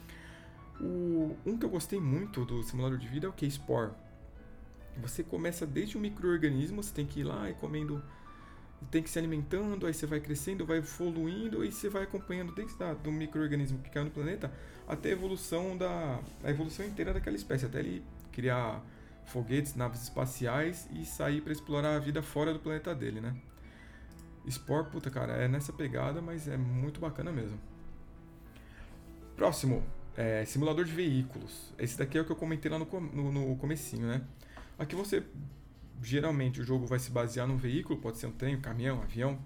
Um que eu gostei muito do simulador de vida é o K-Spore. Você começa desde um micro-organismo, você tem que ir lá e comendo, tem que ir se alimentando, aí você vai crescendo, vai evoluindo e você vai acompanhando desde do micro-organismo que caiu no planeta até a evolução inteira daquela espécie, até ele criar foguetes, naves espaciais e sair para explorar a vida fora do planeta dele, né? Spore, puta, cara, é nessa pegada, mas é muito bacana mesmo. Próximo, simulador de veículos. Esse daqui é o que eu comentei lá no comecinho, né? Aqui você, geralmente, o jogo vai se basear num veículo, pode ser um trem, um caminhão, um avião.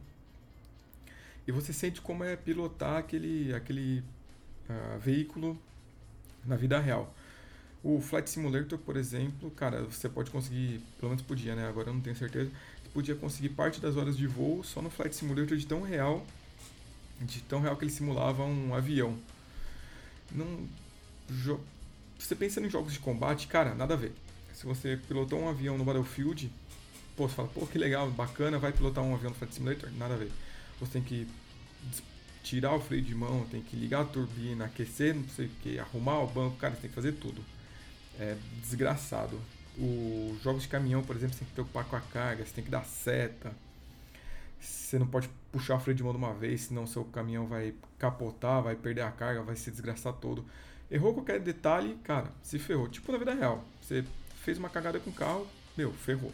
E você sente como é pilotar aquele veículo na vida real. O Flight Simulator, por exemplo, cara, você pode conseguir, pelo menos podia, né? Agora eu não tenho certeza. Você podia conseguir parte das horas de voo só no Flight Simulator de tão real que ele simulava um avião. Você pensa em jogos de combate, cara, nada a ver. Se você pilotou um avião no Battlefield, pô, você fala, pô, que legal, bacana, vai pilotar um avião no Flight Simulator? Nada a ver. Você tem que tirar o freio de mão, tem que ligar a turbina, aquecer, não sei o que, arrumar o banco, cara, você tem que fazer tudo. É desgraçado. Os jogos de caminhão, por exemplo, você tem que preocupar com a carga, você tem que dar seta. Você não pode puxar o freio de mão de uma vez, senão seu caminhão vai capotar, vai perder a carga, vai se desgraçar todo. Errou qualquer detalhe, cara, se ferrou. Tipo na vida real. Você fez uma cagada com o carro, ferrou.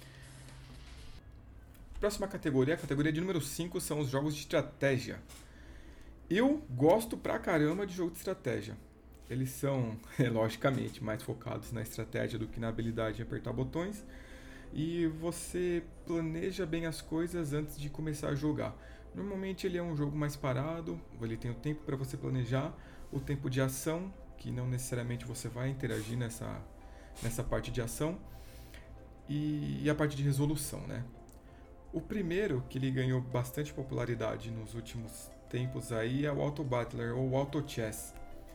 Próxima categoria, a categoria de número 5, são os jogos de estratégia. Eu gosto pra caramba de jogo de estratégia. Eles são, logicamente, mais focados na estratégia do que na habilidade de apertar botões. E você planeja bem as coisas antes de começar a jogar. Normalmente ele é um jogo mais parado, ele tem o tempo para você planejar, o tempo de ação, que não necessariamente você vai interagir nessa parte de ação, e a parte de resolução, né? O primeiro que ele ganhou bastante popularidade nos últimos tempos aí é o Auto Battler ou Auto Chess.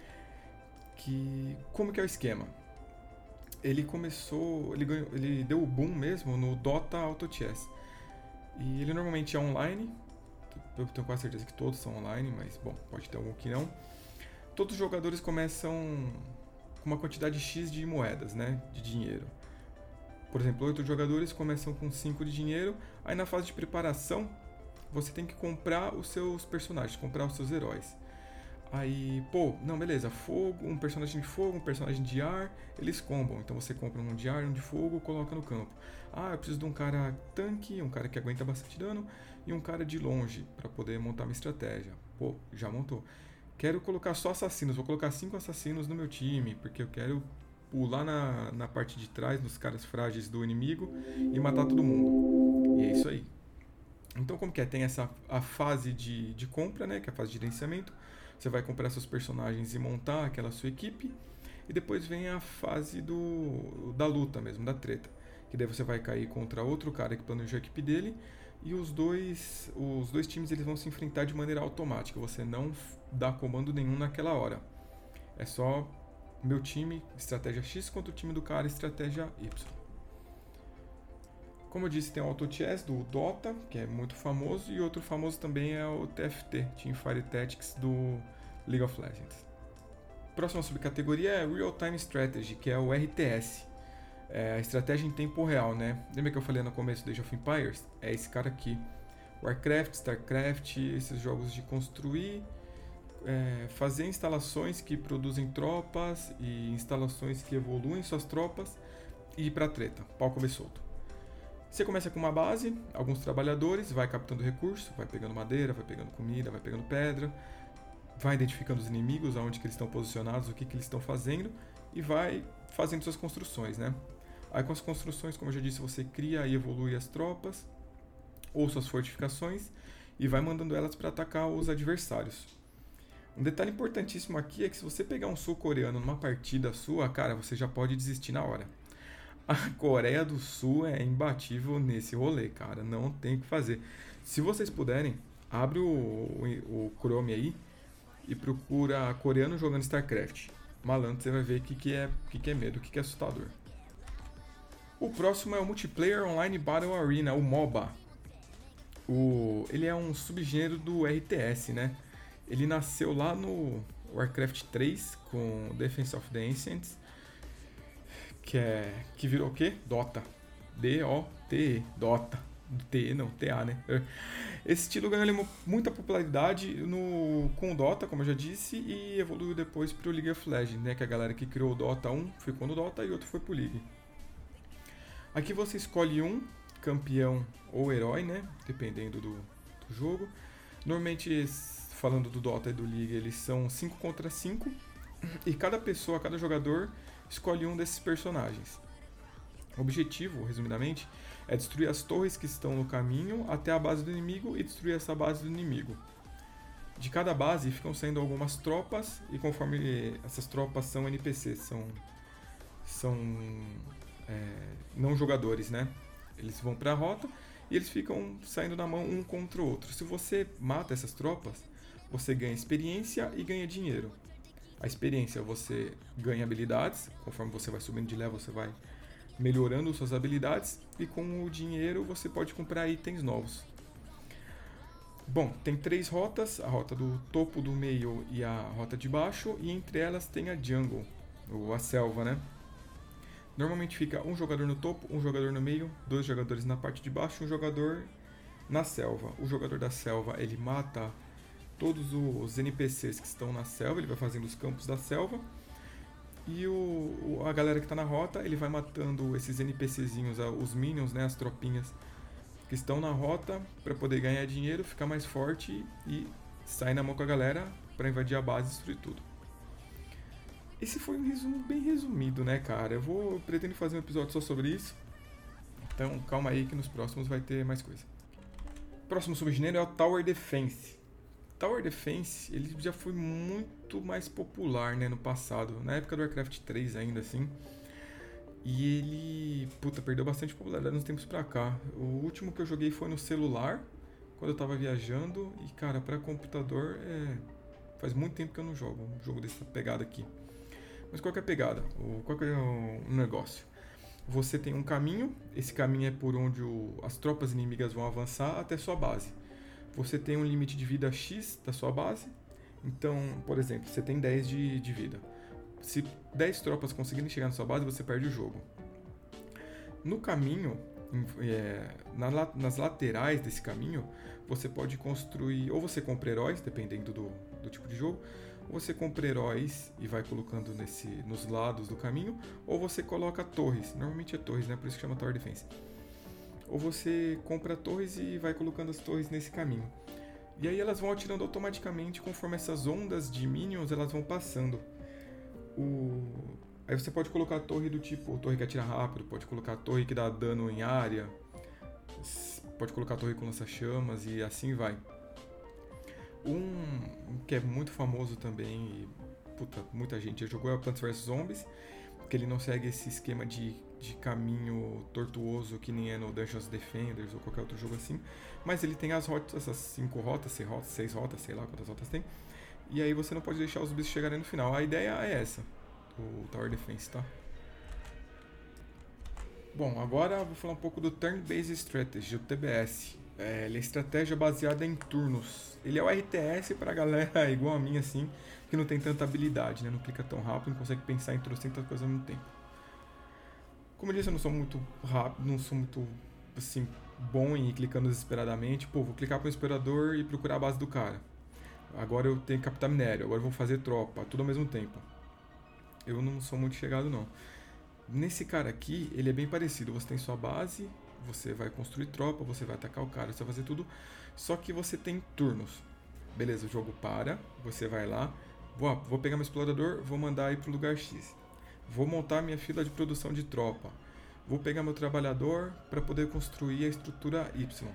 Como que é o esquema? Ele deu o boom mesmo no Dota Auto Chess. E ele normalmente é online. Eu tenho quase certeza que todos são online, mas bom, pode ter algum que não. Todos os jogadores começam com uma quantidade X de moedas, né, de dinheiro. Por exemplo, 8 jogadores começam com 5 de dinheiro. Aí na fase de preparação, você tem que comprar os seus personagens, comprar os seus heróis. Aí, pô, não, beleza, fogo, um personagem de fogo, um personagem de ar, eles combam. Então você compra um de ar e um de fogo, coloca no campo. Ah, eu preciso de um cara tanque, um cara que aguenta bastante dano e um cara de longe para poder montar minha estratégia. Pô, já montou. Quero colocar só assassinos, vou colocar 5 assassinos no meu time, porque eu quero pular na parte de trás, nos caras frágeis do inimigo e matar todo mundo. E é isso aí. Então como que é? Tem a fase de compra, né, que é a fase de gerenciamento. Você vai comprar seus personagens e montar aquela sua equipe. E depois vem a fase da luta mesmo, da treta. Que daí você vai cair contra outro cara que planejou a equipe dele. E os dois times eles vão se enfrentar de maneira automática. Você não dá comando nenhum naquela hora. É só meu time, estratégia X, contra o time do cara, estratégia Y. Como eu disse, tem o Auto Chess do Dota, que é muito famoso, e outro famoso também é o TFT, Teamfight Tactics do League of Legends. Próxima subcategoria é Real Time Strategy, que é o RTS. É a estratégia em tempo real, né? Lembra que eu falei no começo do Age of Empires? É esse cara aqui. Warcraft, Starcraft, esses jogos de construir, fazer instalações que produzem tropas e instalações que evoluem suas tropas e ir pra treta, pau comer solto. Você começa com uma base, alguns trabalhadores, vai captando recursos, vai pegando madeira, vai pegando comida, vai pegando pedra, vai identificando os inimigos, aonde que eles estão posicionados, o que que eles estão fazendo e vai fazendo suas construções, né? Aí com as construções, como eu já disse, você cria e evolui as tropas ou suas fortificações e vai mandando elas para atacar os adversários. Um detalhe importantíssimo aqui é que se você pegar um sul-coreano numa partida sua, cara, você já pode desistir na hora. A Coreia do Sul é imbatível nesse rolê, cara, não tem o que fazer. Se vocês puderem, abre o Chrome aí e procura coreano jogando StarCraft. Malandro, você vai ver o que é medo, o que é assustador. O próximo é o Multiplayer Online Battle Arena, o MOBA. Ele é um subgênero do RTS, né? Ele nasceu lá no Warcraft 3 com Defense of the Ancients, que virou o quê? Dota. D-O-T-E. Dota. T, não, T-A, né? Esse estilo ganhou muita popularidade com o Dota, como eu já disse, e evoluiu depois pro League of Legends, né? Que a galera que criou o Dota 1 ficou no Dota e outro foi pro League. Aqui você escolhe um campeão ou herói, né? Dependendo do jogo. Normalmente, falando do Dota e do League, eles são 5 contra 5. E cada pessoa, cada jogador, escolhe um desses personagens. O objetivo, resumidamente, é destruir as torres que estão no caminho até a base do inimigo e destruir essa base do inimigo. De cada base ficam saindo algumas tropas e conforme essas tropas são NPCs, são não jogadores, né? Eles vão para a rota e eles ficam saindo na mão um contra o outro. Se você mata essas tropas, você ganha experiência e ganha dinheiro. A experiência você ganha habilidades, conforme você vai subindo de level você vai melhorando suas habilidades e com o dinheiro você pode comprar itens novos. Bom, tem 3 rotas, a rota do topo, do meio e a rota de baixo, e entre elas tem a jungle, ou a selva, né? Normalmente fica um jogador no topo, um jogador no meio, 2 jogadores na parte de baixo e um jogador na selva. O jogador da selva, ele mata todos os NPCs que estão na selva, ele vai fazendo os campos da selva. E a galera que está na rota, ele vai matando esses NPCzinhos, os minions, né, as tropinhas que estão na rota para poder ganhar dinheiro, ficar mais forte e sair na mão com a galera para invadir a base e destruir tudo. Esse foi um resumo bem resumido, né, cara? Eu pretendo fazer um episódio só sobre isso. Então, calma aí que nos próximos vai ter mais coisa. Próximo subgênero é o Tower Defense. Tower Defense, ele já foi muito mais popular, né, no passado. Na época do Warcraft 3 ainda, assim. E ele, perdeu bastante popularidade nos tempos pra cá. O último que eu joguei foi no celular, quando eu tava viajando. E, cara, pra computador, faz muito tempo que eu não jogo um jogo dessa pegada aqui. Mas qual que é a pegada? Qual que é o negócio? Você tem um caminho, esse caminho é por onde as tropas inimigas vão avançar até sua base. Você tem um limite de vida X da sua base, então, por exemplo, você tem 10 de vida. Se 10 tropas conseguirem chegar na sua base, você perde o jogo. No caminho, nas laterais desse caminho, você pode construir, ou você compra heróis, dependendo do tipo de jogo, ou você compra heróis e vai colocando nos lados do caminho, ou você coloca torres, normalmente é torres, né? Por isso que chama Tower Defense. Ou você compra torres e vai colocando as torres nesse caminho. E aí elas vão atirando automaticamente conforme essas ondas de minions elas vão passando. Aí você pode colocar a torre do tipo torre que atira rápido, pode colocar a torre que dá dano em área, pode colocar a torre com lança-chamas e assim vai. Um que é muito famoso também e muita gente já jogou é o Plants vs Zombies, que ele não segue esse esquema de caminho tortuoso que nem é no Dungeons Defenders ou qualquer outro jogo assim, mas ele tem as rotas, essas 5 rotas, 6 rotas, sei lá quantas rotas tem, e aí você não pode deixar os bichos chegarem no final. A ideia é essa, o Tower Defense, tá? Bom, agora eu vou falar um pouco do Turn Based Strategy, o TBS. Ele é estratégia baseada em turnos. Ele é o RTS pra galera igual a mim, assim, que não tem tanta habilidade, né? Não clica tão rápido, não consegue pensar em trocentas coisas ao mesmo tempo. Como eu disse, eu não sou muito rápido, não sou muito, assim, bom em ir clicando desesperadamente. Pô, vou clicar para um explorador e procurar a base do cara. Agora eu tenho que captar minério, agora eu vou fazer tropa, tudo ao mesmo tempo. Eu não sou muito chegado, não. Nesse cara aqui, ele é bem parecido. Você tem sua base, você vai construir tropa, você vai atacar o cara, você vai fazer tudo. Só que você tem turnos. Beleza, o jogo para, você vai lá. Vou pegar meu explorador, vou mandar ir pro lugar X. Vou montar minha fila de produção de tropa. Vou pegar meu trabalhador para poder construir a estrutura Y.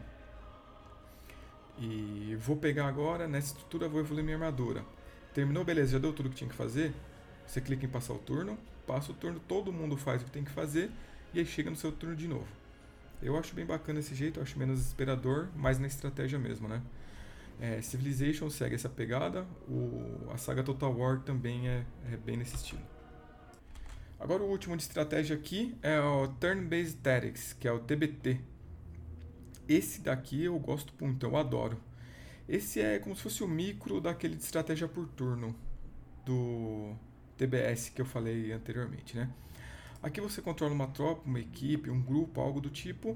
E vou pegar agora, nessa estrutura, vou evoluir minha armadura. Terminou, beleza, já deu tudo que tinha que fazer. Você clica em passar o turno, passa o turno, todo mundo faz o que tem que fazer e aí chega no seu turno de novo. Eu acho bem bacana esse jeito, eu acho menos desesperador, mas na estratégia mesmo, né? Civilization segue essa pegada, a saga Total War também é bem nesse estilo. Agora o último de estratégia aqui é o Turn-Based Tactics, que é o TBT. Esse daqui eu gosto muito, eu adoro. Esse é como se fosse o micro daquele de estratégia por turno do TBS que eu falei anteriormente, né? Aqui você controla uma tropa, uma equipe, um grupo, algo do tipo,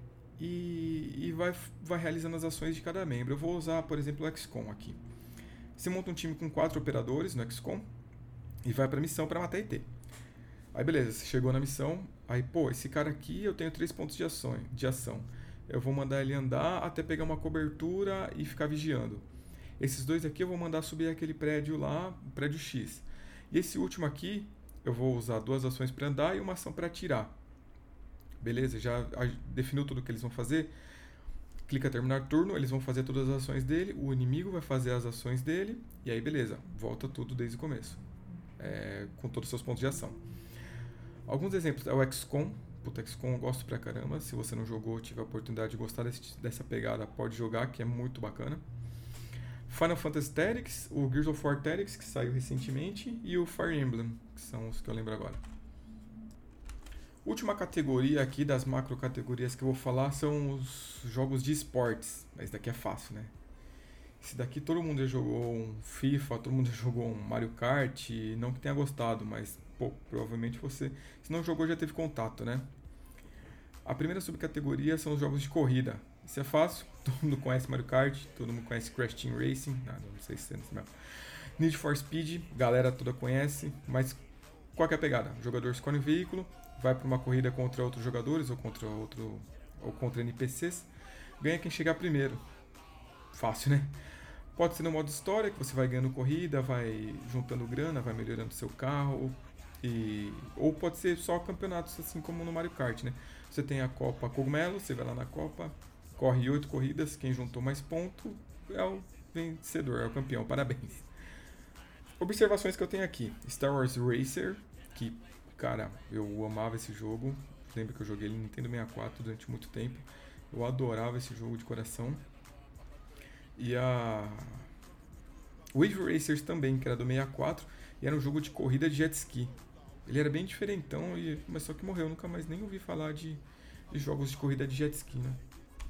e vai realizando as ações de cada membro. Eu vou usar, por exemplo, o XCOM aqui. Você monta um time com 4 operadores no XCOM e vai para a missão para matar ET. Aí beleza, você chegou na missão, aí pô, esse cara aqui eu tenho 3 pontos de ação. Eu vou mandar ele andar até pegar uma cobertura e ficar vigiando. Esses dois aqui eu vou mandar subir aquele prédio lá, o prédio X. E esse último aqui, eu vou usar 2 ações para andar e uma ação para atirar. Beleza, já definiu tudo o que eles vão fazer. Clica terminar turno, eles vão fazer todas as ações dele, o inimigo vai fazer as ações dele, e aí beleza, volta tudo desde o começo. Com todos os seus pontos de ação. Alguns exemplos é o XCOM. Puta, XCOM eu gosto pra caramba. Se você não jogou, tiver a oportunidade de gostar dessa pegada, pode jogar, que é muito bacana. Final Fantasy Tactics, o Gears of War Tactics, que saiu recentemente, e o Fire Emblem, que são os que eu lembro agora. Última categoria aqui das macro categorias que eu vou falar são os jogos de esportes. Mas daqui é fácil, né? Esse daqui todo mundo já jogou um FIFA, todo mundo já jogou um Mario Kart, não que tenha gostado, mas pô, provavelmente você, se não jogou, já teve contato, né? A primeira subcategoria são os jogos de corrida. Isso é fácil, todo mundo conhece Mario Kart, todo mundo conhece Crash Team Racing, não sei se é mesmo. Need for Speed, galera toda conhece, mas qual que é a pegada? O jogador escolhe um veículo, vai para uma corrida contra outros jogadores ou contra NPCs, ganha quem chegar primeiro. Fácil, né? Pode ser no modo história, que você vai ganhando corrida, vai juntando grana, vai melhorando seu carro, ou pode ser só campeonatos, assim como no Mario Kart, né? Você tem a Copa Cogumelo, você vai lá na Copa, corre 8 corridas, quem juntou mais ponto é o vencedor, é o campeão, parabéns. Observações que eu tenho aqui: Star Wars Racer, que, cara, eu amava esse jogo, lembro que eu joguei ele no Nintendo 64 durante muito tempo, eu adorava esse jogo de coração. E a Wave Racers também, que era do 64, e era um jogo de corrida de jet ski. Ele era bem diferentão, mas só que morreu, nunca mais nem ouvi falar de jogos de corrida de jet ski, né?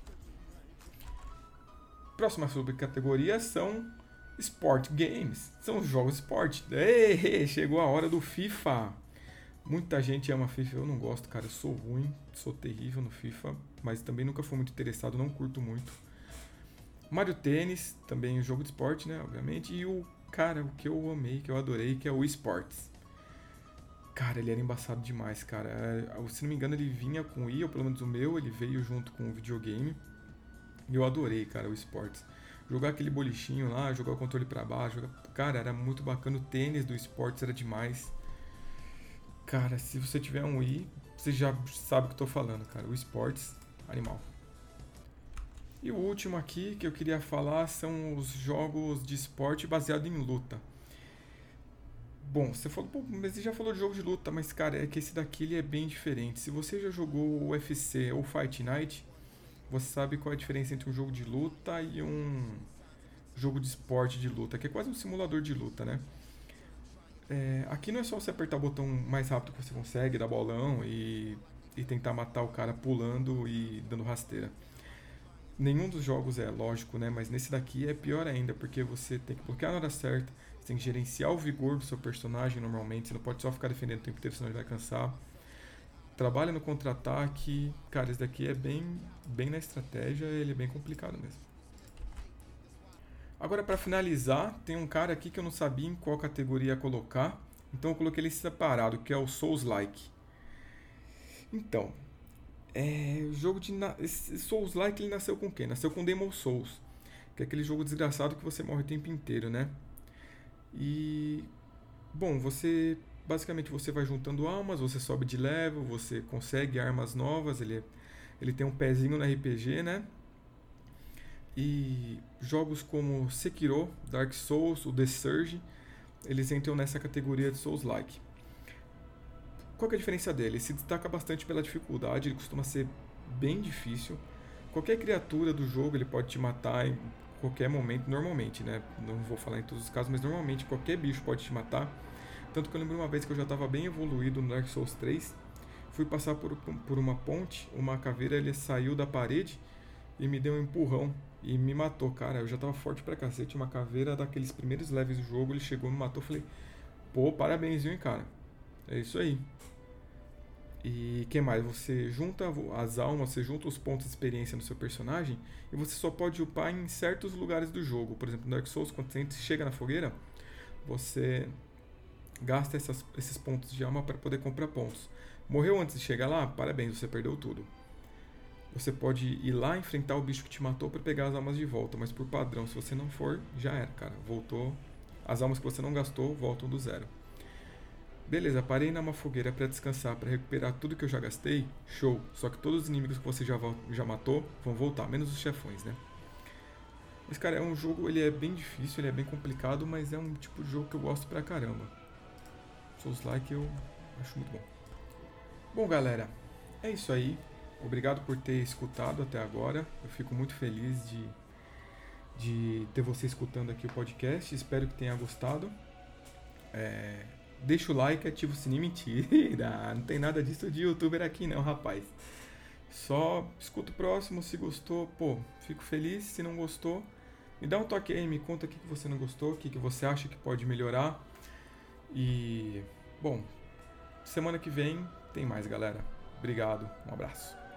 Próxima subcategoria são Sport Games, são os jogos de esporte. Ei, chegou a hora do FIFA. Muita gente ama FIFA, eu não gosto, cara, eu sou ruim, sou terrível no FIFA, mas também nunca fui muito interessado, não curto muito. Mario Tênis, também um jogo de esporte, né, obviamente, e o que eu amei, que eu adorei, que é o Wii Sports. Cara, ele era embaçado demais, cara. Se não me engano, ele vinha com o Wii, ou pelo menos o meu, ele veio junto com o videogame. E eu adorei, cara, o Sports. Jogar aquele bolichinho lá, jogar o controle pra baixo, cara, era muito bacana. O tênis do Sports era demais. Cara, se você tiver um Wii, você já sabe o que eu tô falando, cara. O Sports, animal. E o último aqui que eu queria falar são os jogos de esporte baseado em luta. Bom, você falou, pô, mas você já falou de jogo de luta, mas cara, é que esse daqui ele é bem diferente. Se você já jogou o UFC ou Fight Night, você sabe qual é a diferença entre um jogo de luta e um jogo de esporte de luta, que é quase um simulador de luta, né? Aqui não é só você apertar o botão mais rápido que você consegue, dar bolão e tentar matar o cara pulando e dando rasteira. Nenhum dos jogos é lógico, né? Mas nesse daqui é pior ainda, porque você tem que bloquear na hora certa, você tem que gerenciar o vigor do seu personagem normalmente, você não pode só ficar defendendo o tempo inteiro, senão ele vai cansar. Trabalha no contra-ataque, cara, esse daqui é bem na estratégia, ele é bem complicado mesmo. Agora, para finalizar, tem um cara aqui que eu não sabia em qual categoria colocar, então eu coloquei ele separado, que é o Souls-like. Então, o jogo de. Esse Souls-like ele nasceu com quem? Nasceu com Demon Souls, que é aquele jogo desgraçado que você morre o tempo inteiro, né? E. Bom, basicamente você vai juntando almas, você sobe de level, você consegue armas novas, ele tem um pezinho no RPG, né? E jogos como Sekiro, Dark Souls, o The Surge, eles entram nessa categoria de Souls-like. Qual que é a diferença dele? Ele se destaca bastante pela dificuldade, ele costuma ser bem difícil. Qualquer criatura do jogo ele pode te matar em qualquer momento, normalmente, né? Não vou falar em todos os casos, mas normalmente qualquer bicho pode te matar. Tanto que eu lembro uma vez que eu já estava bem evoluído no Dark Souls 3, fui passar por uma ponte, uma caveira ele saiu da parede e me deu um empurrão e me matou, cara. Eu já tava forte pra cacete, uma caveira daqueles primeiros levels do jogo, ele chegou, me matou, falei, pô, parabéns, hein, cara. É isso aí. E que mais? Você junta as almas, você junta os pontos de experiência no seu personagem e você só pode upar em certos lugares do jogo. Por exemplo, no Dark Souls, quando você chega na fogueira, você gasta esses pontos de alma para poder comprar pontos. Morreu antes de chegar lá? Parabéns, você perdeu tudo. Você pode ir lá enfrentar o bicho que te matou para pegar as almas de volta, mas por padrão, se você não for, já era, cara. Voltou. As almas que você não gastou voltam do zero. Beleza, parei numa fogueira para descansar, para recuperar tudo que eu já gastei. Show. Só que todos os inimigos que você já matou vão voltar, menos os chefões, né? Mas, cara, é um jogo, ele é bem difícil, ele é bem complicado, mas é um tipo de jogo que eu gosto pra caramba. Souls-like eu acho muito bom. Bom, galera, é isso aí. Obrigado por ter escutado até agora. Eu fico muito feliz de ter você escutando aqui o podcast. Espero que tenha gostado. Deixa o like, ativa o sininho. Mentira, não tem nada disso de youtuber aqui não, rapaz. Só escuta o próximo, se gostou, pô, fico feliz. Se não gostou, me dá um toque aí, me conta o que você não gostou, o que você acha que pode melhorar. E, bom, semana que vem tem mais, galera. Obrigado, um abraço.